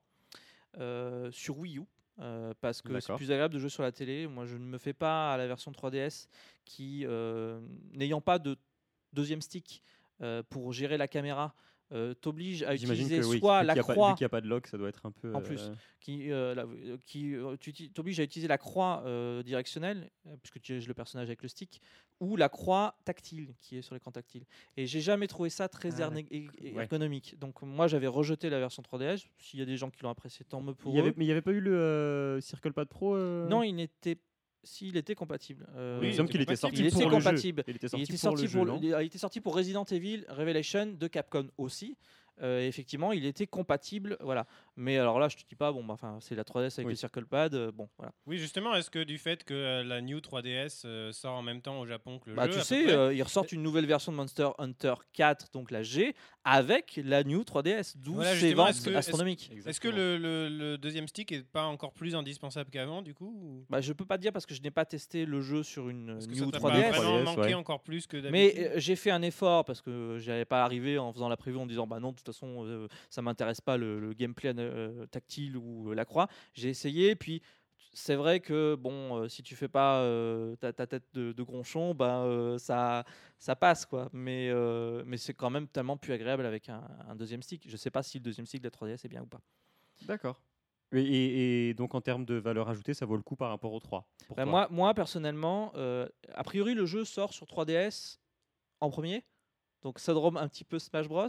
euh, sur Wii U. euh, parce que c'est
D'accord.
plus agréable de jouer sur la télé. Moi, je ne me fais pas à la version trois D S qui, euh, n'ayant pas de deuxième stick euh, pour gérer la caméra, euh, t'oblige à
J'imagine
utiliser
que oui,
soit
vu
la
qu'il y a pas- vu
croix
qu'il n'y a pas de lock, ça doit être un peu.
en plus,
euh,
qui, euh, la- euh, qui euh, tu uti- t'oblige à utiliser la croix euh, directionnelle, euh, puisque tu diriges le personnage avec le stick, ou la croix tactile, qui est sur l'écran tactile. Et j'ai jamais trouvé ça très
Ah,
erné- er-
ouais.
ergonomique. Donc moi, j'avais rejeté la version trois D S. S'il y a des gens qui l'ont apprécié, tant mieux pour
Il y avait,
eux.
mais il n'y avait pas eu le euh, Circle Pad Pro euh
Non, il n'était... S'il était compatible. Euh,
Oui,
Il me
il
semble
était
qu'il était
compatible.
sorti
Il
pour
était
le jeu.
compatible.
Il était
Il
sorti
était
pour
sorti
le
pour,
jeu, non
il a été sorti pour Resident Evil Revelation de Capcom aussi. Euh, et effectivement, il était compatible, voilà. Mais alors là, je te dis pas, bon, bah, enfin, c'est la trois D S avec
Oui.
le Circle Pad, euh, bon, voilà.
Oui, justement, est-ce que du fait que euh, la New trois D S euh, sort en même temps au Japon que le
Bah,
jeu,
tu
à peu
sais,
près,
euh, ils ressortent une nouvelle version de Monster Hunter quatre, donc la G, avec la New trois D S, d'où
Voilà,
ses
justement,
ventes
est-ce que- est-ce-
astronomiques.
est-ce que le, le- le deuxième stick est pas encore plus indispensable qu'avant, du coup ou-
Bah, je peux pas te dire parce que je n'ai pas testé le jeu sur une
Est-ce que
New
ça t'a
trois
pas
D S.
vraiment
trois D S,
manqué
ouais.
encore plus que
Mais
d'habitude
euh, j'ai fait un effort parce que j'avais pas arrivé en faisant la preview en disant bah non de toute façon euh, ça m'intéresse pas le, le gameplay euh, tactile ou euh, la croix. J'ai essayé puis c'est vrai que bon euh, si tu fais pas euh, ta, ta tête de, de gronchon bah euh, ça ça passe quoi. Mais euh, mais c'est quand même tellement plus agréable avec un, un deuxième stick. Je sais pas si le deuxième stick de la trois D S est bien ou pas.
D'accord. Et, et- et donc, en termes de valeur ajoutée, ça vaut le coup par rapport au trois. Pour
Bah,
toi.
moi moi personnellement euh, a priori le jeu sort sur trois D S en premier. Donc syndrome un petit peu Smash Bros.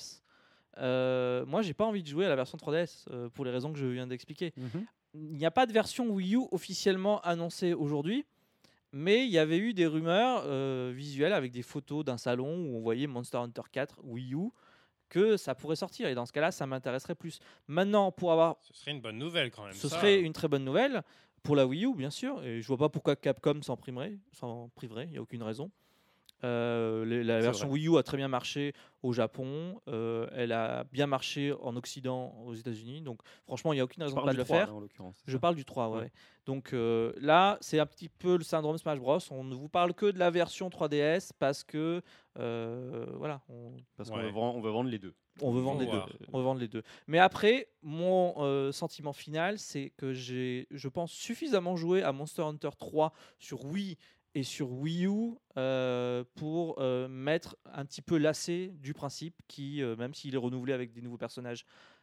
Euh, moi, j'ai pas envie de jouer à la version trois D S euh, pour les raisons que je viens d'expliquer.
Mhm.
Il n'y a pas de version Wii U officiellement annoncée aujourd'hui, mais il y avait eu des rumeurs euh, visuelles avec des photos d'un salon où on voyait Monster Hunter quatre Wii U que ça pourrait sortir. Et dans ce cas-là, ça m'intéresserait plus. Maintenant, pour avoir,
Ce serait une bonne nouvelle quand même.
ce
ça.
serait une très bonne nouvelle pour la Wii U, bien sûr. Et je vois pas pourquoi Capcom s'en priverait. S'en priverait. Il n'y a aucune raison. Euh, les- la
C'est
version
vrai.
Wii U a très bien marché au Japon, euh, elle a bien marché en Occident, aux États-Unis. Donc, franchement, il n'y a aucune
Je
raison de
parle
pas
du
de le
trois,
faire.
là, en l'occurrence. c'est
Je
ça.
parle du trois, ouais.
Ouais.
Donc euh, là, c'est un petit peu le syndrome Smash Bros. On ne vous parle que de la version trois D S parce que euh, voilà, on,
Parce qu'on
Ouais.
veut, vendre- on veut vendre les deux.
on veut
Faut
vendre les
voir.
deux. On veut vendre les deux. Mais après, mon euh, sentiment final, c'est que j'ai, je pense, suffisamment joué à Monster Hunter trois sur Wii et sur Wii U euh, pour euh, m'être un petit peu lassé du principe qui, euh, même s'il est renouvelé avec des nouveaux personnages,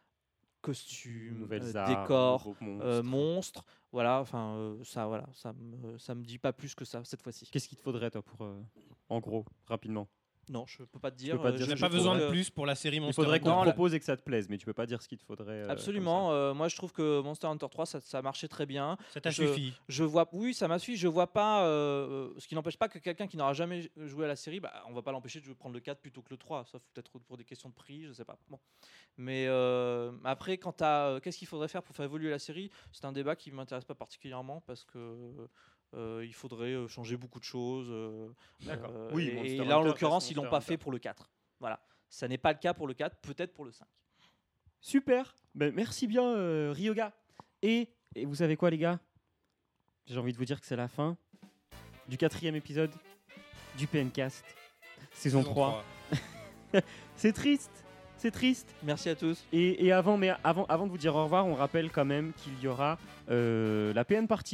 costumes,
Nouvelles
euh,
armes,
décors,
nouveaux monstres.
euh, monstres, voilà, enfin euh, ça, voilà, ça me, ça me dit pas plus que ça cette fois-ci.
Qu'est-ce qu'il te faudrait, toi, pour. euh, En gros, rapidement.
Non, je peux pas te dire.
peux pas te
euh,
dire
je-
T'as
je
pas
je
besoin
trouve
de
que-
plus pour la série
Il
Monster
faudrait
Hunter.
qu'on
Non,
te
la-
propose et que ça te plaise, mais tu peux pas dire ce qu'il te faudrait. euh, comme
Absolument. euh, moi, je trouve que Monster Hunter trois, ça, ça marchait très bien.
Ça t'a
Je-
suffi.
Je vois, oui, ça m'a suffi. Je vois pas, euh, ce qui n'empêche pas que quelqu'un qui n'aura jamais joué à la série, bah, on va pas l'empêcher de prendre le quatre plutôt que le trois, sauf peut-être pour des questions de prix, je sais pas. Bon. Mais euh, après, quant à euh, qu'est-ce qu'il faudrait faire pour faire évoluer la série, c'est un débat qui m'intéresse pas particulièrement parce que euh, il faudrait euh, changer beaucoup de choses. euh,
D'accord.
euh,
Oui,
et,
Monster
et là, en
Hunter
l'occurrence,
reste
ils l'ont
Monster
pas
Hunter.
fait pour le quatre. Voilà. Ça n'est pas le cas pour le quatre, peut-être pour le cinq.
Super. Ben, merci bien, euh, Ryoga. Et, et vous savez quoi, les gars? J'ai envie de vous dire que c'est la fin du quatrième épisode du P N Cast, saison,
Saison
trois. C'est triste. C'est triste.
Merci à tous.
Et, et avant, mais avant, avant de vous dire au revoir, on rappelle quand même qu'il y aura euh, la P N Party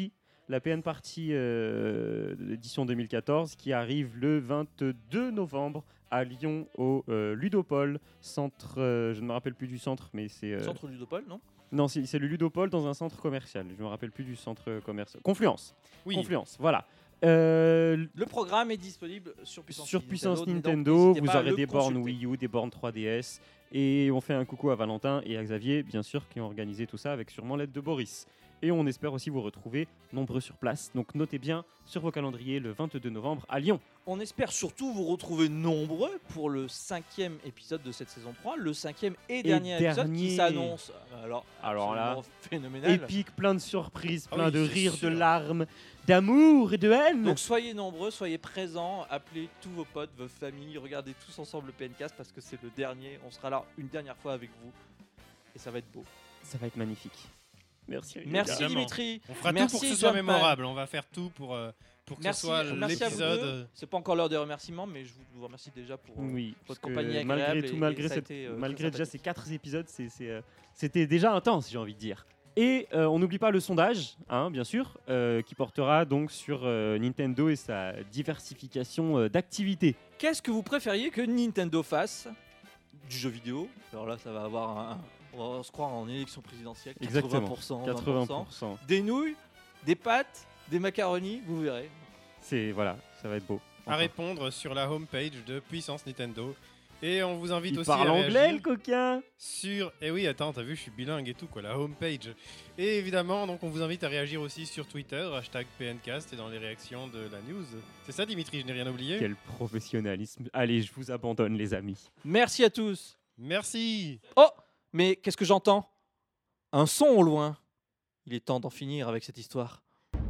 la P N Party euh, de l'édition deux mille quatorze qui arrive le vingt-deux novembre à Lyon au euh, Ludopole, centre, euh, je ne me rappelle plus du centre, mais c'est... euh,
Centre Ludopole, non?
Non, c'est, c'est le Ludopole dans un centre commercial, je ne me rappelle plus du centre commercial. Confluence,
Oui.
Confluence, voilà. Euh,
Le programme est disponible sur Puissance,
sur Puissance
Nintendo,
Nintendo,
donc n'hésitez
vous
pas à
aurez
le
des bornes
consulter.
Wii U, des bornes trois D S, et on fait un coucou à Valentin et à Xavier, bien sûr, qui ont organisé tout ça avec sûrement l'aide de Boris. Et on espère aussi vous retrouver nombreux sur place. Donc notez bien sur vos calendriers le vingt-deux novembre à Lyon.
On espère surtout vous retrouver nombreux pour le cinquième épisode de cette saison trois, le cinquième et dernier épisode
dernier.
qui s'annonce. Alors,
Alors là,
absolument phénoménal.
Épique, plein de surprises,
Ah
plein
oui,
de
c'est
rires,
sûr.
de larmes, d'amour et de haine.
Donc soyez nombreux, soyez présents, appelez tous vos potes, vos familles, regardez tous ensemble le P N Cast parce que c'est le dernier. On sera là une dernière fois avec vous et ça va être beau.
Ça va être magnifique. Merci. les
Merci
gars.
Évidemment.
Dimitri.
On fera
Merci
tout pour que ce soit
Jumpman.
mémorable. On va faire tout pour, euh, pour que
Merci,
ce soit
merci à vous
l'épisode.
deux.
euh,
C'est pas encore l'heure des remerciements, mais je vous remercie déjà pour euh,
Oui, parce
votre
que
compagnie agréable
malgré
et-
tout,
et
malgré,
ça a
cette-
été, euh,
malgré
très
déjà
sympathique.
ces quatre épisodes, c'est, c'est, euh, c'était déjà intense, j'ai envie de dire. Et euh, on n'oublie pas le sondage, hein, bien sûr, euh, qui portera donc sur euh, Nintendo et sa diversification euh, d'activités.
Qu'est-ce que vous préfériez que Nintendo fasse du jeu vidéo? Alors là, ça va avoir un, un- on va se croire en élection présidentielle.
Exactement.
quatre-vingts pour cent,
quatre-vingts
vingt pour cent.
pour cent.
Des nouilles, des pâtes, des macaronis, vous verrez.
C'est voilà, ça va être beau.
à répondre sur la homepage de Puissance Nintendo. Et on vous invite
Il
aussi
parle
à
anglais,
réagir
le coquin.
sur... Eh oui, attends, t'as vu, je suis bilingue et tout, quoi, la homepage. Et évidemment, donc on vous invite à réagir aussi sur Twitter, hashtag P N cast, et dans les réactions de la news. C'est ça, Dimitri, je n'ai rien oublié.
Quel professionnalisme. Allez, je vous abandonne, les amis.
Merci à tous.
Merci.
Oh, mais qu'est-ce que j'entends? Un son au loin. Il est temps d'en finir avec cette histoire.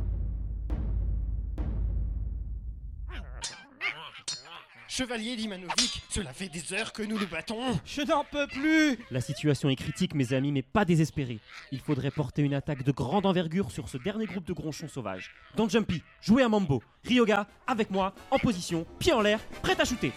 Chevalier Limanovic, cela fait des heures que nous nous battons.
Je n'en peux plus.
La situation est critique, mes amis, mais pas désespérée. Il faudrait porter une attaque de grande envergure sur ce dernier groupe de gronchons sauvages. Don Jumpy, jouez à Mambo. Ryoga, avec moi, en position, pied en l'air, prêt à shooter.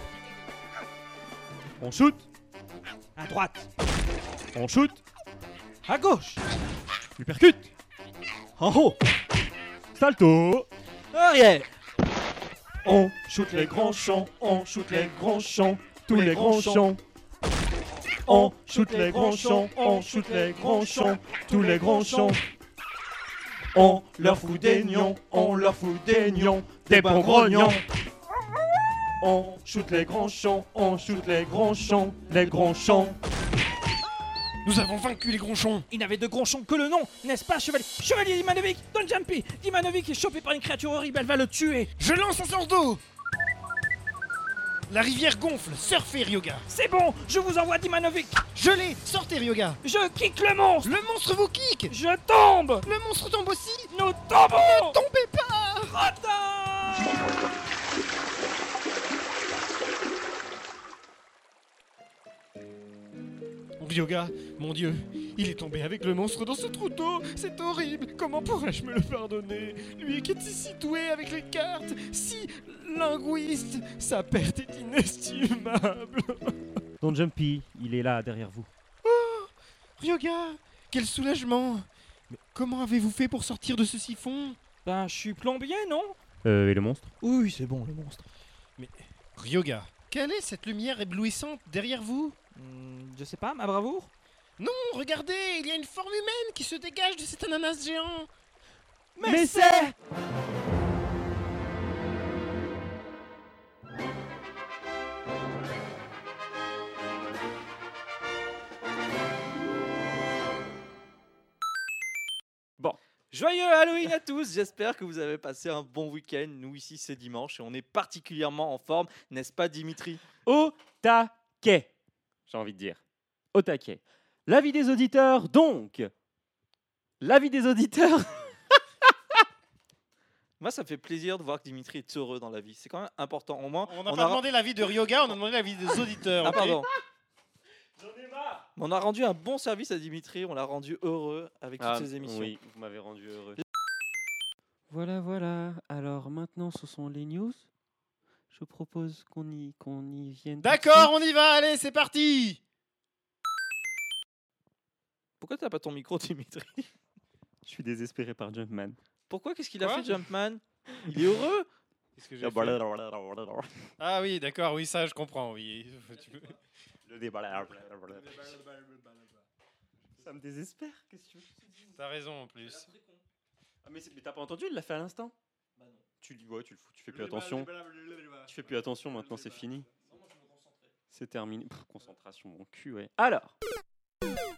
On shoot,
À droite.
on shoot,
À gauche.
tu percutes,
En haut.
salto.
Arrière.
On shoot les grands champs, on shoot les grands champs, tous les grands champs. On shoot les grands champs, on shoot les grands champs, tous les grands champs. On leur fout des nions, on leur fout des nions, des bons grognons. On shoot les grands champs, on shoot les grands champs, les grands champs.
Nous avons vaincu les gronchons.
Il n'avait de gronchon que le nom, n'est-ce pas, chevalier? Chevalier Dimanovic, Don Jumpy. Dimanovic est chopé par une créature horrible, elle va le tuer.
Je lance un sort d'eau. La rivière gonfle, surfez Ryoga.
C'est bon, je vous envoie Dimanovic.
Je l'ai, sortez Ryoga.
Je kick le monstre.
Le monstre vous kick.
Je tombe.
Le monstre tombe aussi.
Nous tombons.
Tombez pas.
Retard.
Ryoga, mon dieu, il est tombé avec le monstre dans ce trou d'eau. C'est horrible. Comment pourrais-je me le pardonner? Lui qui est si doué avec les cartes, si linguiste, sa perte est inestimable.
Don Jumpy, il est là derrière vous.
Ryoga, quel soulagement. Mais comment avez-vous fait pour sortir de ce siphon?
Ben, je suis plombier, non?
Euh, et le monstre?
Oui, c'est bon, le monstre.
Ryoga, quelle est cette lumière éblouissante derrière vous?
Hmm, je sais pas, ma bravoure?
Non, regardez, il y a une forme humaine qui se dégage de cet ananas géant.
Mais c'est...
Joyeux Halloween à tous. J'espère que vous avez passé un bon week-end. Nous ici c'est dimanche et on est particulièrement en forme, n'est-ce pas Dimitri?
Au taquet, j'ai envie de dire. Au taquet. L'avis des auditeurs, donc. L'avis des auditeurs.
Moi ça me fait plaisir de voir que Dimitri est heureux dans la vie. C'est quand même important. Au moins,
On n'a
on
pas
a-
demandé l'avis de Ryoga, on a demandé l'avis des auditeurs.
Ah
ok
pardon.
J'en ai marre.
On a rendu un bon service à Dimitri. On l'a rendu heureux avec toutes ces émissions.
Oui, vous m'avez rendu heureux. Voilà, voilà. Alors maintenant, ce sont les news. Je propose qu'on y, qu'on y vienne. tout de
D'accord,
suite.
on y va, allez, c'est parti.
Pourquoi t'as pas ton micro, Dimitri?
Je suis désespéré par Jumpman.
Pourquoi Qu'est-ce qu'il a
Quoi
fait, Jumpman? Il est heureux.
Qu'est-ce que j'ai fait Ah oui, d'accord, oui, ça je comprends, oui. Tu peux-
Le débat. Ça me désespère. Qu'est-ce que tu veux?
T'as raison en plus.
Ah, mais, c'est- mais t'as pas entendu? Il l'a fait à l'instant.
Bah non.
Tu dis ouais, tu le fous, tu fais plus attention. Tu fais plus attention maintenant, c'est fini. C'est terminé. Pff, concentration, mon cul, ouais. Alors.